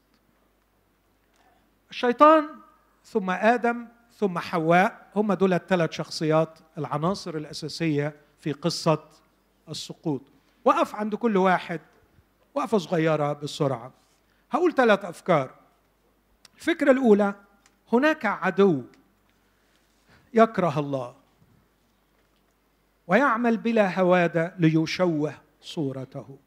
الشيطان ثم آدم ثم حواء، هم دول الثلاث شخصيات، العناصر الأساسية في قصة السقوط. وقف عند كل واحد وقفة صغيرة بسرعة. هقول 3 أفكار. الفكرة الأولى، هناك عدو يكره الله ويعمل بلا هوادة ليشوه صورته.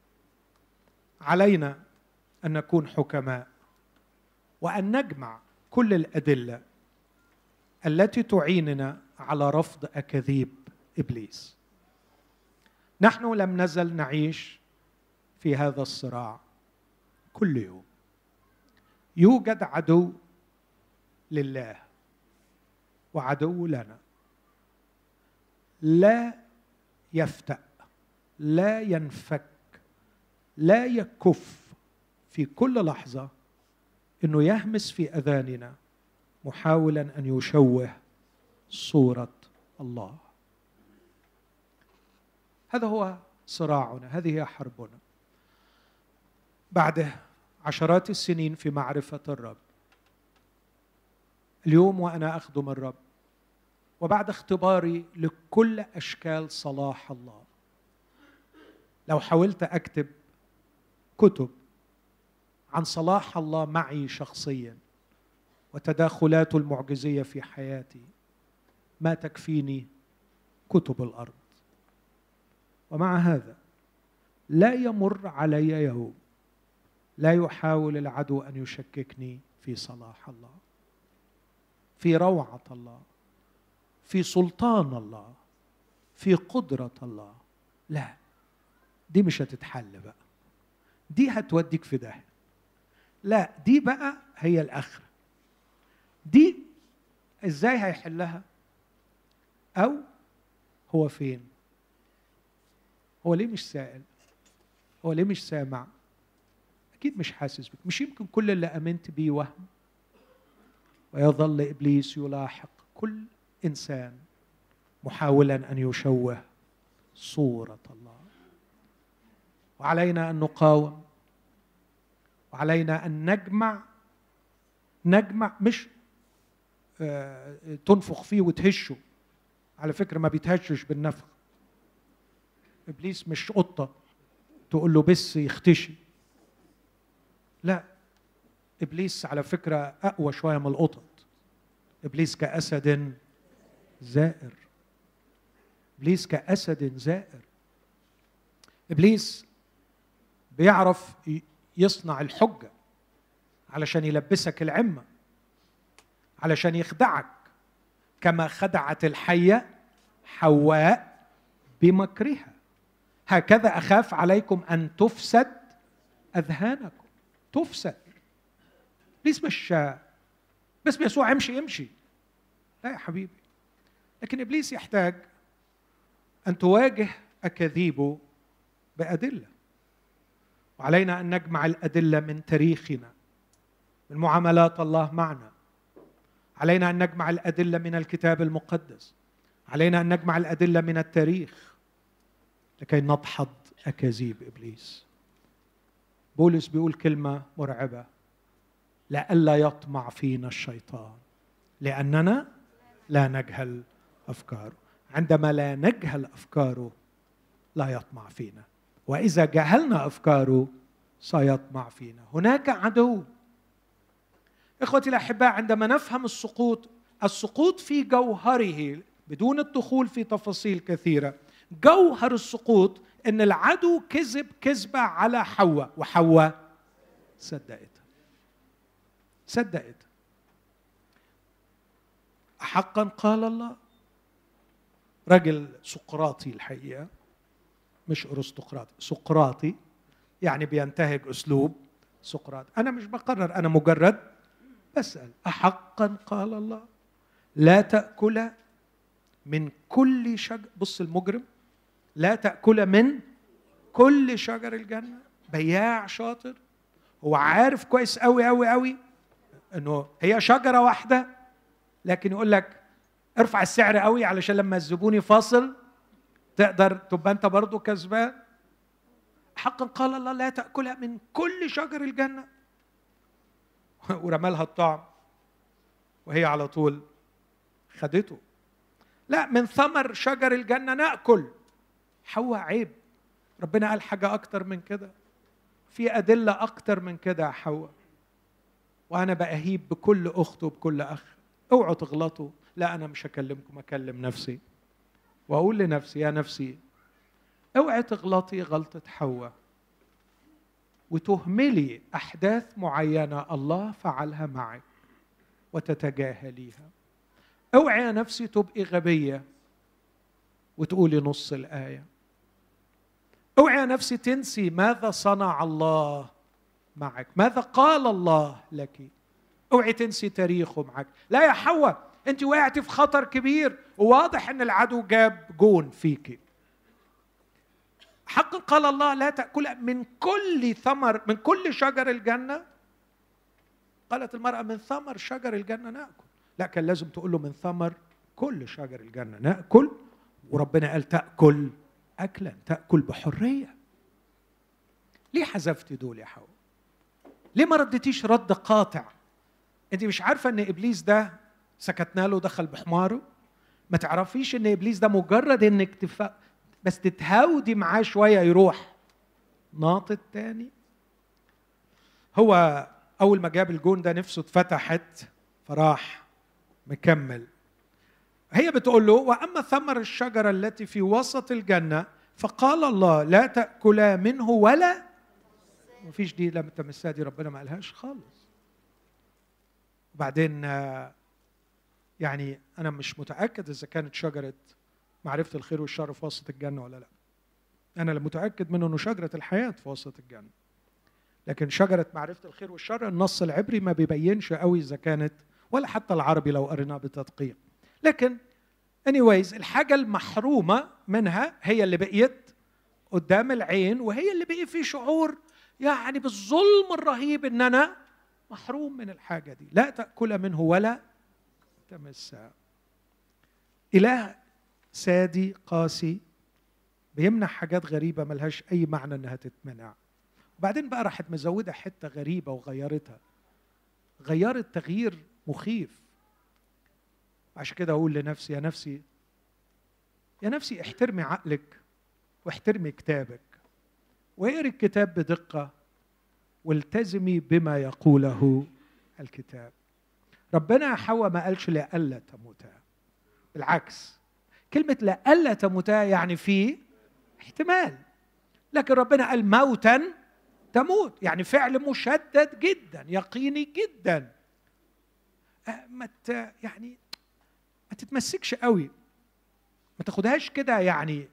علينا أن نكون حكماء وأن نجمع كل الأدلة التي تعيننا على رفض أكاذيب إبليس. نحن لم نزل نعيش في هذا الصراع كل يوم. يوجد عدو لله وعدو لنا، لا يفتأ، لا ينفك، لا يكف في كل لحظة إنه يهمس في أذاننا محاولا أن يشوه صورة الله. هذا هو صراعنا، هذه هي حربنا. بعد عشرات السنين في معرفة الرب، اليوم وأنا أخدم الرب، وبعد اختباري لكل أشكال صلاح الله، لو حاولت أكتب كتب عن صلاح الله معي شخصيا وتداخلاته المعجزية في حياتي، ما تكفيني كتب الأرض. ومع هذا لا يمر علي يوم لا يحاول العدو أن يشككني في صلاح الله، في روعة الله، في سلطان الله، في قدرة الله. لا، دي مش هتتحل بقى، دي هتوديك في داهية. لا، دي بقى هي الآخرة. دي ازاي هيحلها؟ أو هو فين؟ هو ليه مش سائل؟ هو ليه مش سامع؟ أكيد مش حاسس بك. مش يمكن كل اللي أمنت بيه وهم؟ ويظل إبليس يلاحق كل إنسان محاولا أن يشوه صورة الله. وعلينا أن نقاوم، وعلينا أن نجمع مش تنفخ فيه وتهشه. على فكرة ما بيتهشش بالنفخ. إبليس مش قطة تقول له بس يختشي. لا، إبليس على فكرة أقوى شوية من القطط. إبليس كأسد زائر. إبليس كأسد زائر. إبليس بيعرف يصنع الحجة علشان يلبسك العمة، علشان يخدعك، كما خدعت الحية حواء بمكرها. هكذا أخاف عليكم أن تفسد أذهانكم. تفسد. إبليس مش بس يسوع يمشي. لا يا حبيبي. لكن إبليس يحتاج أن تواجه أكاذيبه بأدلة. وعلينا أن نجمع الأدلة من تاريخنا، من معاملات الله معنا. علينا أن نجمع الأدلة من الكتاب المقدس. علينا أن نجمع الأدلة من التاريخ لكي نضحض أكاذيب إبليس. بولس بيقول كلمة مرعبة: لئلا يطمع فينا الشيطان لأننا لا نجهل أفكاره. عندما لا نجهل أفكاره لا يطمع فينا، وإذا جهلنا أفكاره سيطمع فينا. هناك عدو. إخوتي الأحباء، عندما نفهم السقوط في جوهره بدون الدخول في تفاصيل كثيرة، جوهر السقوط إن العدو كذب كذبة على حواء، وحواء صدقتها. حقا قال الله. رجل سقراطي الحقيقة، مش أرسطقراطي، سقراطي، يعني بينتهج أسلوب سقراط. أنا مش بقرر، أنا مجرد بسأل: أحقا قال الله لا تأكل من كل شجر؟ بص المجرم، لا تأكل من كل شجر الجنة. بياع شاطر، هو عارف كويس قوي قوي قوي انه هي شجرة واحدة، لكن يقول لك ارفع السعر قوي علشان لما الزبون يفاصل تقدر تبقى انت برضو كسبان. حقا قال الله لا تأكلها من كل شجر الجنة. ورمالها الطعم وهي على طول خدته. لا، من ثمر شجر الجنة نأكل. حواء عيب، ربنا قال حاجة أكتر من كده، في أدلة أكتر من كده يا حواء. وأنا بأهيب بكل أخت وبكل أخ: اوعوا تغلطوا. لا، أنا مش هكلمكم، أكلم نفسي وأقول لنفسي: يا نفسي اوعي تغلطي غلطة حواء وتهملي أحداث معينة الله فعلها معك وتتجاهليها. اوعي يا نفسي تبقي غبية وتقولي نص الآية. اوعي يا نفسي تنسي ماذا صنع الله معك، ماذا قال الله لك. اوعي تنسي تاريخه معك. لا يا حواء، انت وقعتي في خطر كبير، وواضح ان العدو جاب جون فيكي. حقا قال الله لا تأكل من كل ثمر، من كل شجر الجنة. قالت المرأة: من ثمر شجر الجنة نأكل. لا، كان لازم تقول له من ثمر كل شجر الجنة نأكل. وربنا قال تأكل أكلا، تأكل بحرية. ليه حذفتي دول يا حواء؟ ليه ما ردتيش رد قاطع؟ انت مش عارفة ان إبليس ده سكتنا له دخل بحماره؟ ما تعرفيش ان إبليس ده مجرد انك بس تتهاودي معاه شوية يروح ناطط تاني؟ هو أول ما جاب الجون ده نفسه اتفتحت فراح مكمل. هي بتقول له: وأما ثمر الشجرة التي في وسط الجنة فقال الله لا تأكلا منه ولا. مفيش دي لما تمسها، دي ربنا ما قالهاش خالص. وبعدين يعني أنا مش متأكد إذا كانت شجرة معرفة الخير والشر في وسط الجنة ولا لا. أنا متأكد منه أنه شجرة الحياة في وسط الجنة، لكن شجرة معرفة الخير والشر النص العبري ما بيبينش قوي إذا كانت، ولا حتى العربي لو قريناه بتدقيق. لكن anyways الحاجة المحرومة منها هي اللي بقيت قدام العين، وهي اللي بقي في شعور يعني بالظلم الرهيب إن أنا محروم من الحاجة دي. لا تأكل منه ولا تمسها. إله سادي قاسي بيمنع حاجات غريبة ملهاش أي معنى إنها تتمنع. وبعدين بقى راحت مزودة حتة غريبة وغيرتها، غيرت تغيير مخيف. عشان كده أقول لنفسي: يا نفسي، يا نفسي احترمي عقلك واحترمي كتابك، واقري الكتاب بدقة والتزمي بما يقوله الكتاب. ربنا يا حواء ما قالش لألا تموتا، بالعكس، كلمة لألا تموتا يعني في احتمال، لكن ربنا قال موتا تموت، يعني فعل مشدد جدا، يقيني جدا. يعني ما تتمسكش قوي، ما تاخدهاش كده يعني.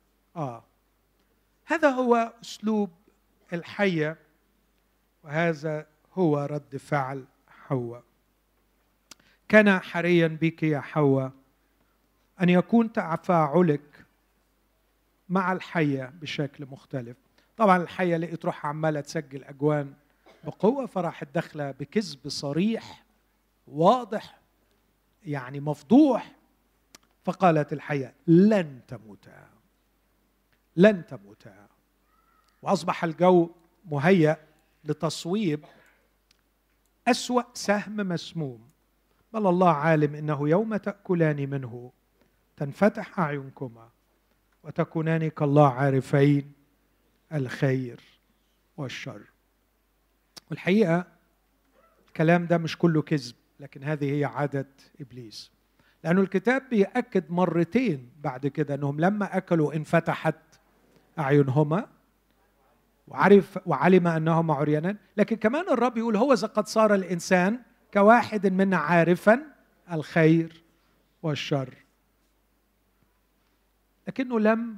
هذا هو أسلوب الحية، وهذا هو رد فعل حواء. كان حريا بك يا حواء أن يكون تفاعلك مع الحية بشكل مختلف. طبعا الحية لقيت روحها عمالة تسجل أجوان بقوة، فراحت داخلة بكذب صريح واضح يعني مفضوح. فقالت الحية: لن تموتا، لن تموتا. وأصبح الجو مهيأ لتصويب أسوأ سهم مسموم. بل الله عالم إنه يوم تأكلان منه تنفتح أعينكما وتكونان كالله عارفين الخير والشر. والحقيقة الكلام ده مش كله كذب، لكن هذه هي عادة إبليس، لأنه الكتاب بيأكد مرتين بعد كده أنهم لما أكلوا انفتحت أعينهما وعلم أنهما عريانان. لكن كمان الرب يقول هو إذا قد صار الإنسان كواحد منا عارفا الخير والشر. لكنه لم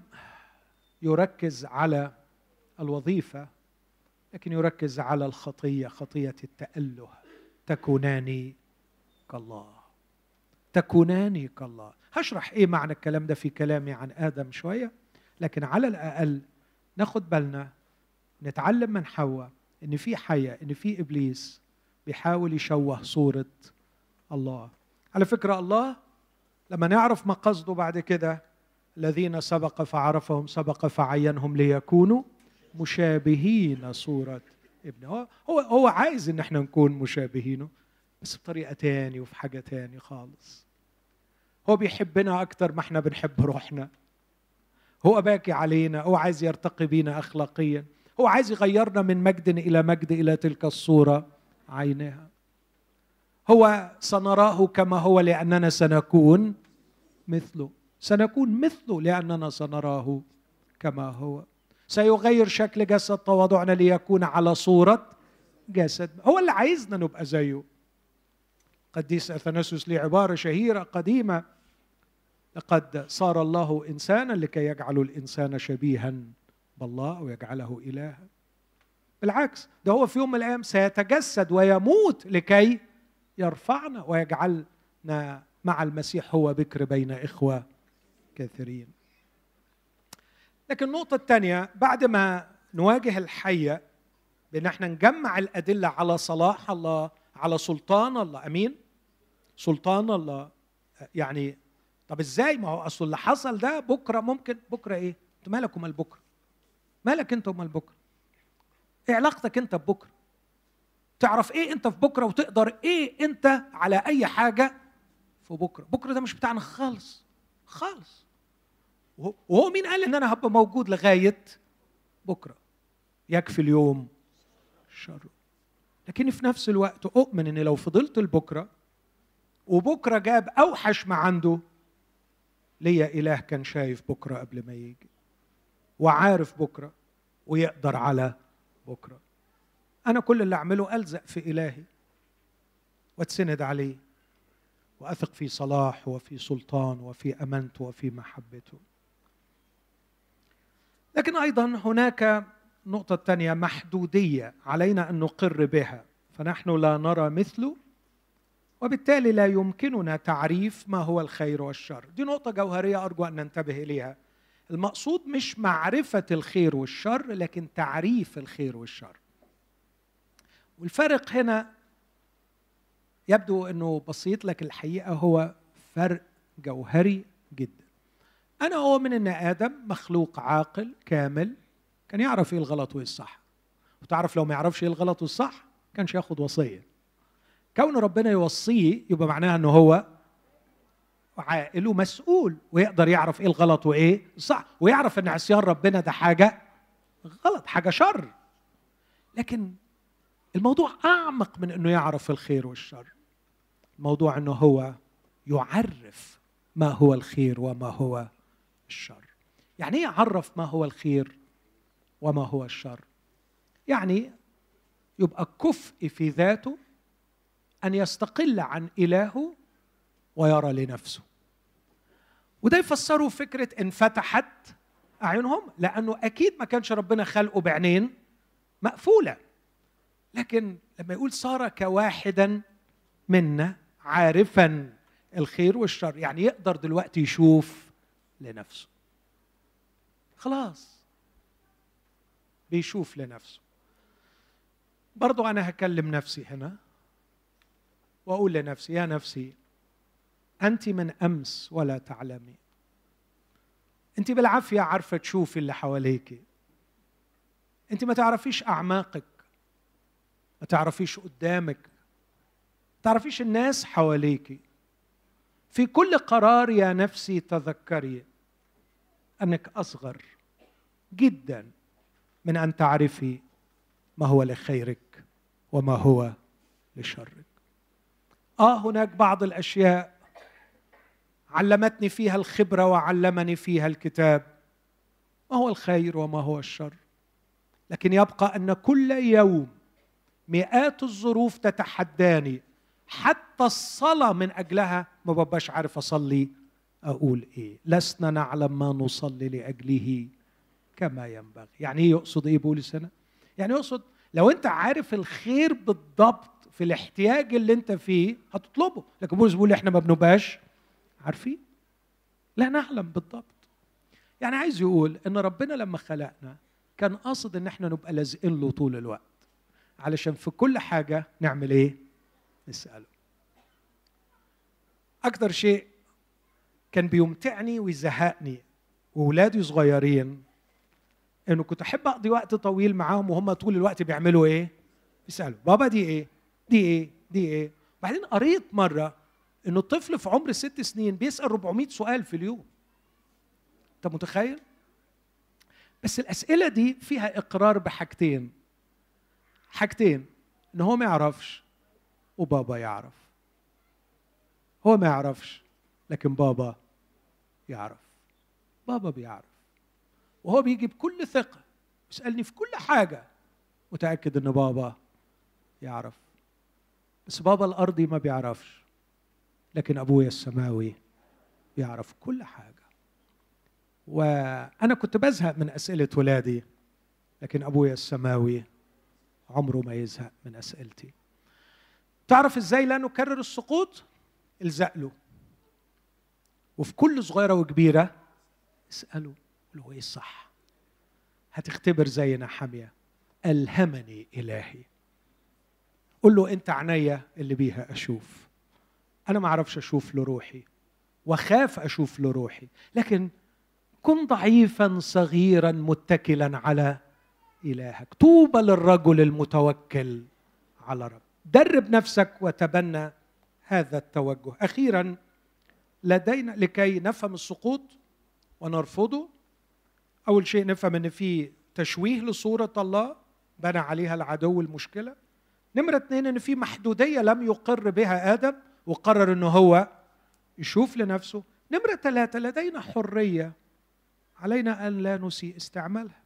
يركز على الوظيفة، لكن يركز على الخطية، خطية التأله. تكونان كالله، تكونان كالله. هشرح ايه معنى الكلام ده في كلامي عن آدم شوية، لكن على الأقل ناخد بالنا، نتعلم من حواء ان في حية، ان في إبليس بيحاول يشوه صورة الله. على فكرة الله لما نعرف ما قصده بعد كده، الذين سبق فعرفهم سبق فعينهم ليكونوا مشابهين صورة ابنه. هو عايز ان احنا نكون مشابهينه، بس بطريقة تاني وفي حاجة تاني خالص. هو بيحبنا أكتر ما احنا بنحب روحنا، هو باكي علينا، هو عايز يرتقي بينا أخلاقيا، هو عايز يغيرنا من مجد إلى مجد إلى تلك الصورة عينها. هو سنراه كما هو لأننا سنكون مثله، سنكون مثله لأننا سنراه كما هو. سيغير شكل جسد تواضعنا ليكون على صورة جسد. هو اللي عايزنا نبقى زيه. قديس أثناسيوس ليه عبارة شهيرة قديمة: لقد صار الله إنسانا لكي يجعل الإنسان شبيها بالله ويجعله إلها. بالعكس، ده هو في يوم من الأيام سيتجسد ويموت لكي يرفعنا ويجعلنا مع المسيح هو بكر بين إخوة كثيرين. لكن النقطة الثانية، بعد ما نواجه الحية بأن احنا نجمع الأدلة على صلاح الله، على سلطان الله. أمين؟ سلطان الله. يعني طب ازاي؟ ما هو اصل اللي حصل ده بكره ممكن. بكره ايه؟ انت مالك ومال بكره؟ مالك انت ومال بكره؟ ايه علاقتك انت ببكره؟ تعرف ايه انت في بكره وتقدر ايه انت على اي حاجه في بكره؟ بكره ده مش بتاعنا خالص خالص. وهو مين قال ان انا هبقى موجود لغايه بكره؟ يكفي اليوم شر. لكن في نفس الوقت اؤمن ان لو فضلت لبكره وبكره جاب اوحش ما عنده، ليا إله كان شايف بكرة قبل ما يجي، وعارف بكرة، ويقدر على بكرة. أنا كل اللي أعمله ألزق في إلهي واتسند عليه وأثق في صلاح وفي سلطان وفي أمانته وفي محبته. لكن أيضا هناك نقطة تانية، محدودية علينا أن نقر بها، فنحن لا نرى مثله، وبالتالي لا يمكننا تعريف ما هو الخير والشر. دي نقطة جوهرية أرجو أن ننتبه إليها. المقصود مش معرفة الخير والشر، لكن تعريف الخير والشر. والفرق هنا يبدو أنه بسيط، لكن الحقيقة هو فرق جوهري جدا. أنا أؤمن أن آدم مخلوق عاقل كامل، كان يعرف إيه الغلط وإيه الصح. وتعرف لو ما يعرفش إيه الغلط والصح كانش ياخد وصية. كون ربنا يوصيه يبقى معناها أنه هو عاقل ومسؤول ويقدر يعرف إيه الغلط وإيه الصح، ويعرف أن عصيان ربنا ده حاجة غلط، حاجة شر. لكن الموضوع أعمق من أنه يعرف الخير والشر. الموضوع أنه هو يعرف ما هو الخير وما هو الشر. يعني إيه يعرف ما هو الخير وما هو الشر؟ يعني يبقى كفء في ذاته أن يستقل عن إلهه ويرى لنفسه. وده يفسره فكرة انفتحت أعينهم، لأنه أكيد ما كانش ربنا خلقه بعينين مقفولة. لكن لما يقول صار كواحدا منا عارفا الخير والشر، يعني يقدر دلوقتي يشوف لنفسه. خلاص بيشوف لنفسه. برضو أنا هكلم نفسي هنا وأقول لنفسي: يا نفسي، أنت من أمس ولا تعلمي. أنت بالعافية عارفة تشوفي اللي حواليك، أنت ما تعرفيش أعماقك، تعرفيش قدامك، ما تعرفيش الناس حواليك. في كل قرار يا نفسي تذكري أنك أصغر جدا من أن تعرفي ما هو لخيرك وما هو لشرك. هناك بعض الأشياء علمتني فيها الخبرة وعلمني فيها الكتاب ما هو الخير وما هو الشر، لكن يبقى أن كل يوم مئات الظروف تتحداني، حتى الصلاة من أجلها ما ببقاش عارف أصلي أقول إيه. لسنا نعلم ما نصلي لأجله كما ينبغي. يعني إيه يقصد إيه بولس هنا؟ يعني يقصد لو أنت عارف الخير بالضبط في الاحتياج اللي أنت فيه هتطلبه، لكن بولس بيقول إحنا ما بنبقاش عارفين، لا نعلم بالضبط. يعني عايز يقول إن ربنا لما خلقنا كان قاصد إن إحنا نبقى لازقين له طول الوقت، علشان في كل حاجة نعمل إيه؟ نسأله. أكتر شيء كان بيمتعني ويزهقني وولادي صغيرين إنه كنت أحب أقضي وقت طويل معاهم وهم طول الوقت بيعملوا إيه؟ بيسألوا بابا دي إيه؟ دي إيه؟ دي إيه؟ بعدين قريت مرة إنه الطفل في عمر 6 سنين بيسأل 400 سؤال في اليوم. أنت متخيل؟ بس الأسئلة دي فيها إقرار بحاجتين، إن هو ما يعرفش وبابا يعرف. هو ما يعرفش لكن بابا يعرف. بابا بيعرف، وهو بيجي بكل ثقة يسألني في كل حاجة، متأكد إن بابا يعرف. بس بابا الأرضي ما بيعرفش، لكن أبويا السماوي بيعرف كل حاجة. وأنا كنت بزهق من أسئلة ولادي، لكن أبويا السماوي عمره ما يزهق من أسئلتي. تعرف إزاي لا نكرر السقوط؟ الزق له، وفي كل صغيرة وكبيرة اسأله له إيه الصح. هتختبر زي نحمية، ألهمني إلهي. قل له أنت عينيا اللي بيها أشوف. أنا ما أعرفش أشوف لروحي وخاف أشوف لروحي، لكن كن ضعيفا صغيرا متكلا على إلهك. طوبى للرجل المتوكل على رب. درب نفسك وتبنى هذا التوجه. أخيرا لدينا لكي نفهم السقوط ونرفضه، أول شيء نفهم أن في تشويه لصورة الله بنى عليها العدو المشكلة. نمرة 2 أن في محدودية لم يقر بها آدم وقرر أنه هو يشوف لنفسه. نمرة 3 لدينا حرية علينا أن لا نسيء استعمالها.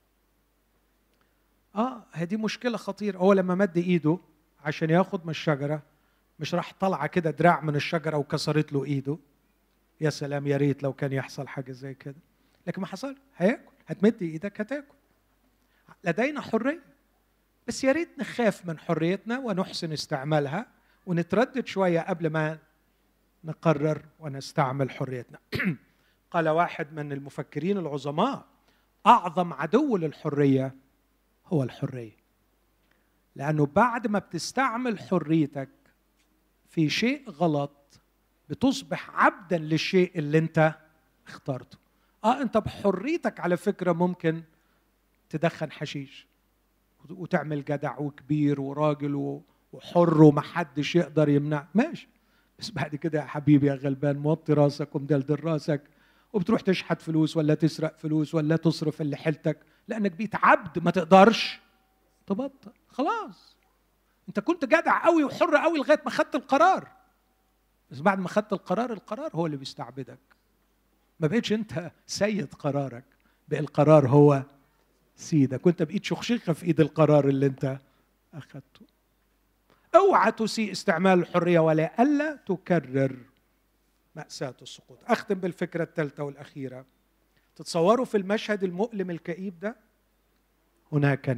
هذه مشكلة خطيرة. هو لما مد إيده عشان ياخد من الشجرة مش راح طلع كده دراع من الشجرة وكسرت له إيده. يا سلام، يا ريت لو كان يحصل حاجة زي كده، لكن ما حصل. هياكل، هتمد إيدك هتاكل. لدينا حرية، بس يا ريت نخاف من حريتنا ونحسن استعمالها ونتردد شوية قبل ما نقرر ونستعمل حريتنا. قال واحد من المفكرين العظماء: أعظم عدو للحرية هو الحرية، لأنه بعد ما بتستعمل حريتك في شيء غلط بتصبح عبدا للشيء اللي انت اخترته. انت بحريتك على فكرة ممكن تدخن حشيش وتعمل جدع وكبير وراجل وحر ومحدش يقدر يمنع، ماشي. بس بعد كده يا حبيبي يا غلبان موطي راسك ومدلدل راسك وبتروح تشحت فلوس ولا تسرق فلوس ولا تصرف اللي حيلتك، لأنك بقيت عبد ما تقدرش تبطل. خلاص، انت كنت جدع قوي وحر قوي لغاية ما خدت القرار، بس بعد ما خدت القرار هو اللي بيستعبدك. ما بقيتش انت سيد قرارك، بقى القرار هو سيدك، وانت بقيت شخشيخة في ايد القرار اللي انت اخدته. اوعى تسيء استعمال الحرية ولا ألا تكرر مأساة السقوط. اختم بالفكرة الثالثة والأخيرة. تتصوروا في المشهد المؤلم الكئيب ده هناك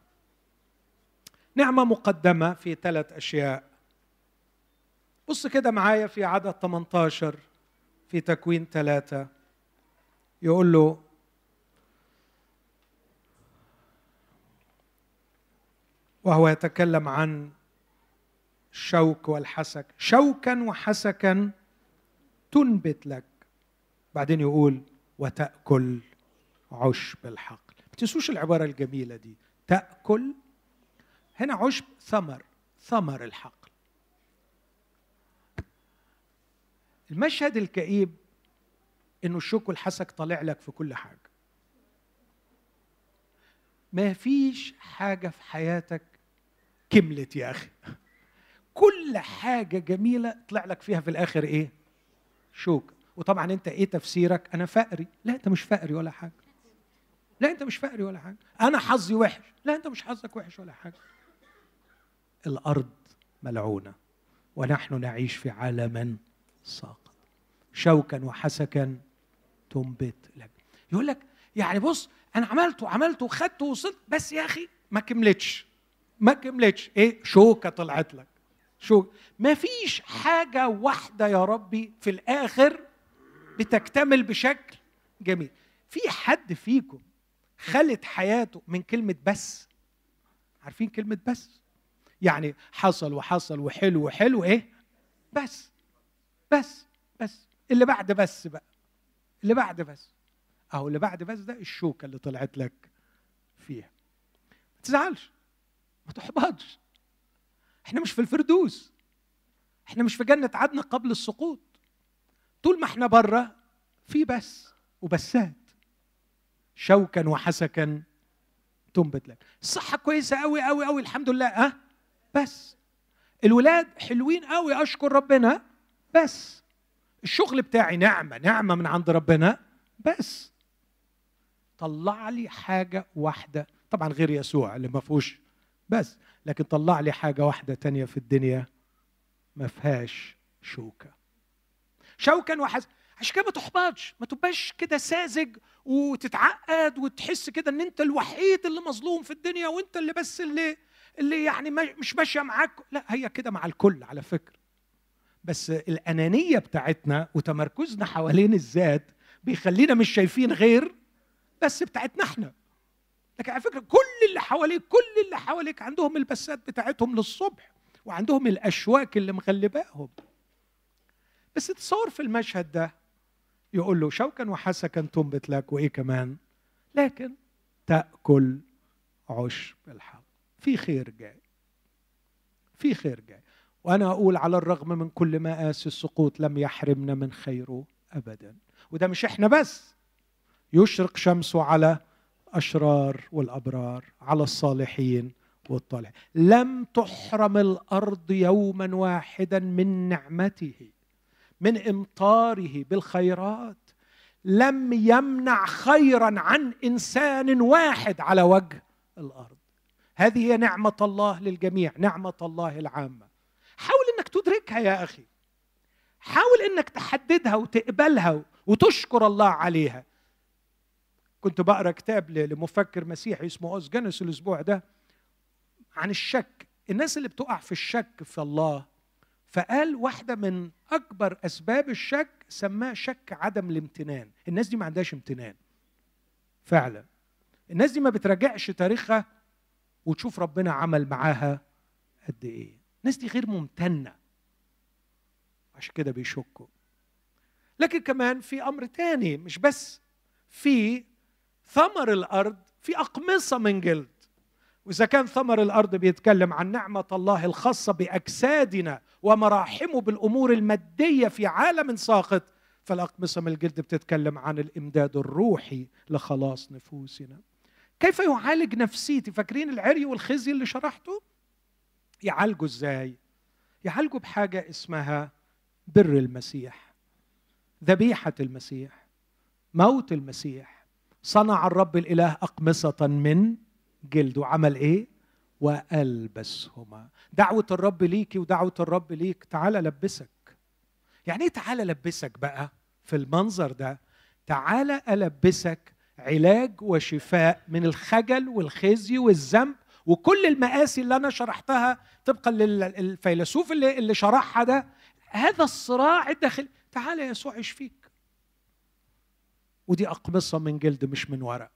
نعمة مقدمة في 3 أشياء. بص كده معايا في عدد 18 في تكوين 3، يقول له: وهو يتكلم عن الشوك والحسك، شوكا وحسكا تنبت لك. بعدين يقول: وتأكل عشب الحقل. ما تنسوش العبارة الجميلة دي، تأكل هنا عشب ثمر الحقل. المشهد الكئيب انه الشوك والحسك طالع لك في كل حاجة. ما فيش حاجة في حياتك كملت يا أخي. كل حاجة جميلة طلع لك فيها في الآخر إيه؟ شوك. وطبعا أنت إيه تفسيرك؟ أنا فقري. لا، أنت مش فقري ولا حاجة. لا، أنت مش فقري ولا حاجة. أنا حظي وحش. لا، أنت مش حظك وحش ولا حاجة. الأرض ملعونة ونحن نعيش في عالم ساقط. شوكا وحسكا تنبت لك. يقول لك يعني بص، أنا عملت وخدت ووصلت، بس يا أخي ما كملتش. إيه؟ شوكة طلعت لك. ما فيش حاجة واحدة يا ربي في الآخر بتكتمل بشكل جميل. في حد فيكم خلت حياته من كلمة بس؟ عارفين كلمة بس؟ يعني حصل وحصل وحلو وحلو إيه؟ بس اللي بعد بس بقى، اللي بعد بس. أهو اللي بعد بس ده الشوكة اللي طلعت لك فيها. ما تزعلش، ما تحبطش. احنا مش في الفردوس، احنا مش في جنة عدن قبل السقوط. طول ما احنا بره في بس وبسات. شوكا وحسكا تنبت لك. الصحة كويسة قوي قوي قوي الحمد لله، بس الولاد حلوين قوي أشكر ربنا، بس الشغل بتاعي نعمة من عند ربنا، بس طلع لي حاجة واحدة، طبعا غير يسوع اللي ما فيهوش بس، لكن طلع لي حاجة واحدة تانية في الدنيا ما فيهاش شوكا وحسكا. عشان كده ما تحبطش، ما تبقاش كده ساذج وتتعقد وتحس كده ان انت الوحيد اللي مظلوم في الدنيا، وانت اللي بس اللي يعني مش ماشيه معاك. لا، هي كده مع الكل على فكره. بس الانانيه بتاعتنا وتمركزنا حوالين الذات بيخلينا مش شايفين غير بس بتاعتنا احنا. لكن على فكره كل اللي حواليك عندهم البسات بتاعتهم للصبح، وعندهم الاشواك اللي مغلباهم. بس تصور في المشهد ده يقول له شوكا وحسكا تنبت لك، وايه كمان؟ لكن تأكل عشب الحق. في خير جاي، في خير جاي. وانا اقول على الرغم من كل مآسي السقوط لم يحرمنا من خيره ابدا. وده مش احنا بس، يشرق شمسه على الاشرار والابرار، على الصالحين والطالحين. لم تحرم الارض يوما واحدا من نعمته، من امطاره بالخيرات. لم يمنع خيرا عن انسان واحد على وجه الارض. هذه هي نعمه الله للجميع، نعمه الله العامه. حاول انك تدركها يا اخي، حاول انك تحددها وتقبلها وتشكر الله عليها. كنت بقرا كتاب لمفكر مسيحي اسمه اوزجانوس الاسبوع ده عن الشك، الناس اللي بتقع في الشك في الله. فقال واحدة من أكبر أسباب الشك سماه شك عدم الامتنان. الناس دي ما عندهاش امتنان فعلا. الناس دي ما بتراجعش تاريخها وتشوف ربنا عمل معاها قد إيه. الناس دي غير ممتنة، عشان كده بيشكوا. لكن كمان في أمر تاني، مش بس في ثمر الأرض، في أقمصة من جلد. وإذا كان ثمر الأرض بيتكلم عن نعمة الله الخاصة بأجسادنا ومراحمه بالأمور المادية في عالم ساقط، فالأقمصة من الجلد بتتكلم عن الإمداد الروحي لخلاص نفوسنا. كيف يعالج نفسيتي؟ فاكرين العري والخزي اللي شرحته؟ يعالجوا إزاي؟ يعالجوا بحاجة اسمها بر المسيح، ذبيحة المسيح، موت المسيح. صنع الرب الإله أقمصة من جلد وعمل ايه؟ وألبسهما. دعوة الرب ليكي ودعوة الرب ليك، تعال ألبسك. يعني ايه تعال ألبسك بقى في المنظر ده؟ تعال ألبسك علاج وشفاء من الخجل والخزي والذنب وكل المآسي اللي أنا شرحتها طبقا للفيلسوف اللي شرحها ده. هذا الصراع الداخلي، تعال يسوع يشفيك. ودي أقمصة من جلد مش من ورق.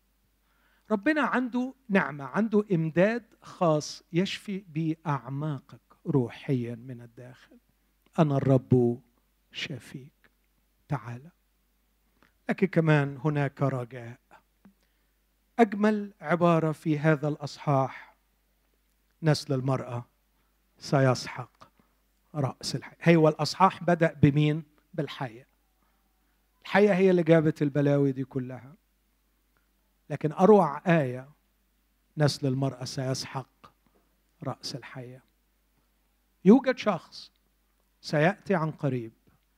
ربنا عنده نعمة، عنده إمداد خاص يشفي بأعماقك روحيا من الداخل. أنا الرب شافيك، تعال. لكن كمان هناك رجاء. أجمل عبارة في هذا الأصحاح نسل المرأة سيسحق رأس الحية. هي والأصحاح بدأ بمين؟ بالحية. الحية هي اللي جابت البلاوي دي كلها. لكن أروع آية: نسل المرأة سيسحق رأس الحية. يوجد شخص سيأتي عن قريب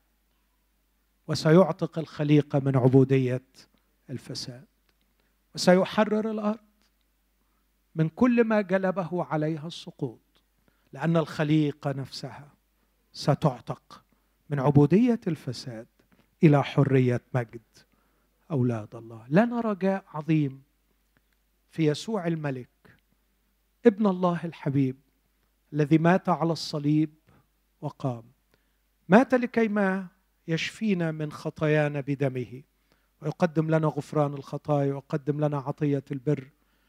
وسيعتق الخليقة من عبودية الفساد، وسيحرر الأرض من كل ما جلبه عليها السقوط، لأن الخليقة نفسها ستعتق من عبودية الفساد إلى حرية مجد أولاد الله. لنا رجاء عظيم في يسوع الملك ابن الله الحبيب الذي مات على الصليب وقام. مات لكي ما يشفينا من خطايانا بدمه، ويقدم لنا غفران الخطايا، ويقدم لنا عطية البر،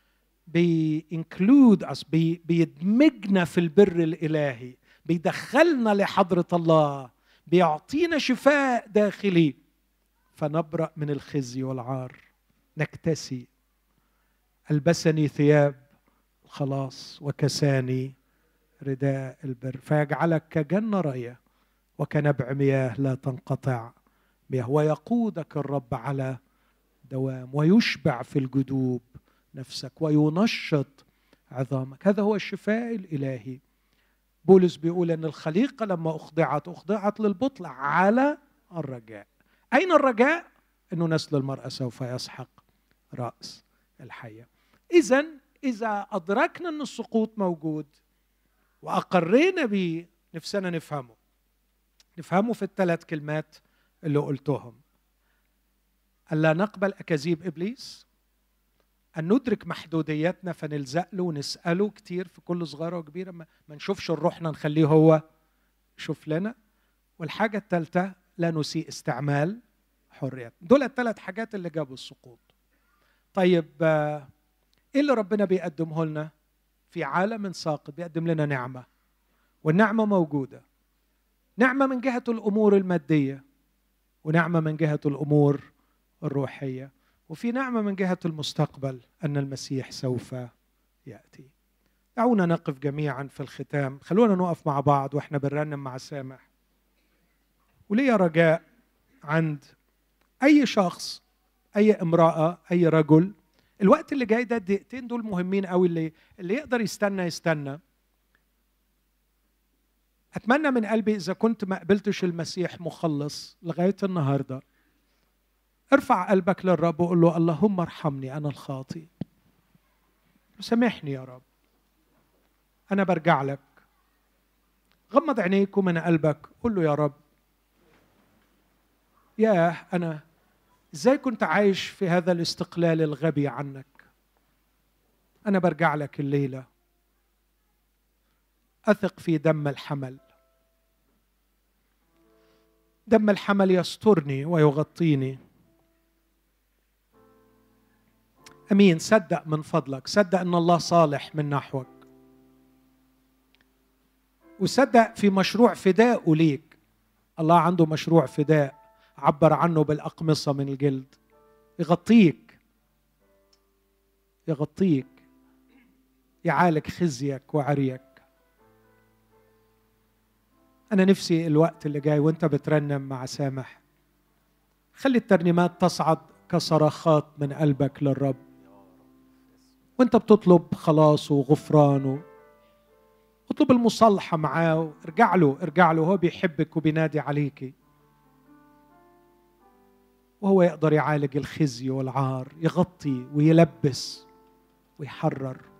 بيدمجنا في البر الإلهي، بيدخلنا لحضرة الله، بيعطينا شفاء داخلي فنبرأ من الخزي والعار، نكتسي. ألبسني ثياب الخلاص وكساني رداء البر، فيجعلك كجنة راية وكنبع مياه لا تنقطع مياه، ويقودك الرب على دوام، ويشبع في الجدوب نفسك وينشط عظامك. هذا هو الشفاء الإلهي. بولس بيقول أن الخليقة لما أخضعت للبطل على الرجاء. أين الرجاء؟ أنه نسل المرأة سوف يسحق رأس الحية. إذا أدركنا أن السقوط موجود وأقرينا به، نفسنا نفهمه في الثلاث كلمات اللي قلتهم: ألا نقبل أكاذيب إبليس، أن ندرك محدوديتنا فنلزق له ونسأله كتير في كل صغيرة وكبيرة، ما نشوفش روحنا، نخليه هو يشوف لنا. والحاجة الثالثة: لا نسيء استعمال حريات. دول الثلاث حاجات اللي جابوا السقوط. طيب إيه اللي ربنا بيقدمه لنا في عالم ساقط؟ بيقدم لنا نعمة، والنعمة موجودة. نعمة من جهة الأمور المادية، ونعمة من جهة الأمور الروحية، وفي نعمة من جهة المستقبل أن المسيح سوف يأتي. دعونا نقف جميعا في الختام، خلونا نقف مع بعض وإحنا بنرنم مع سامح. ولي رجاء عند أي شخص، أي امرأة، أي رجل، الوقت اللي جاي ده الدقيقتين دول مهمين قوي، اللي يقدر يستنى. أتمنى من قلبي إذا كنت ما قبلتش المسيح مخلص لغاية النهاردة، ارفع قلبك للرب وقول له: اللهم ارحمني أنا الخاطي، سامحني يا رب، أنا برجع لك. غمض عينيك ومن قلبك قول له: يا رب، أنا إزاي كنت عايش في هذا الاستقلال الغبي عنك؟ أنا برجع لك الليلة، أثق في دم الحمل. دم الحمل يسترني ويغطيني. أمين. صدق من فضلك، صدق أن الله صالح من نحوك، وصدق في مشروع فداء ليك. الله عنده مشروع فداء عبر عنه بالأقمصة من الجلد، يغطيك، يعالج خزيك وعريك. أنا نفسي الوقت اللي جاي وانت بترنم مع سامح، خلي الترنيمات تصعد كصرخات من قلبك للرب، وانت بتطلب خلاصه وغفرانه، اطلب المصالحة معاه، ارجع له، هو بيحبك وبينادي عليك، وهو يقدر يعالج الخزي والعار، يغطي ويلبس ويحرر.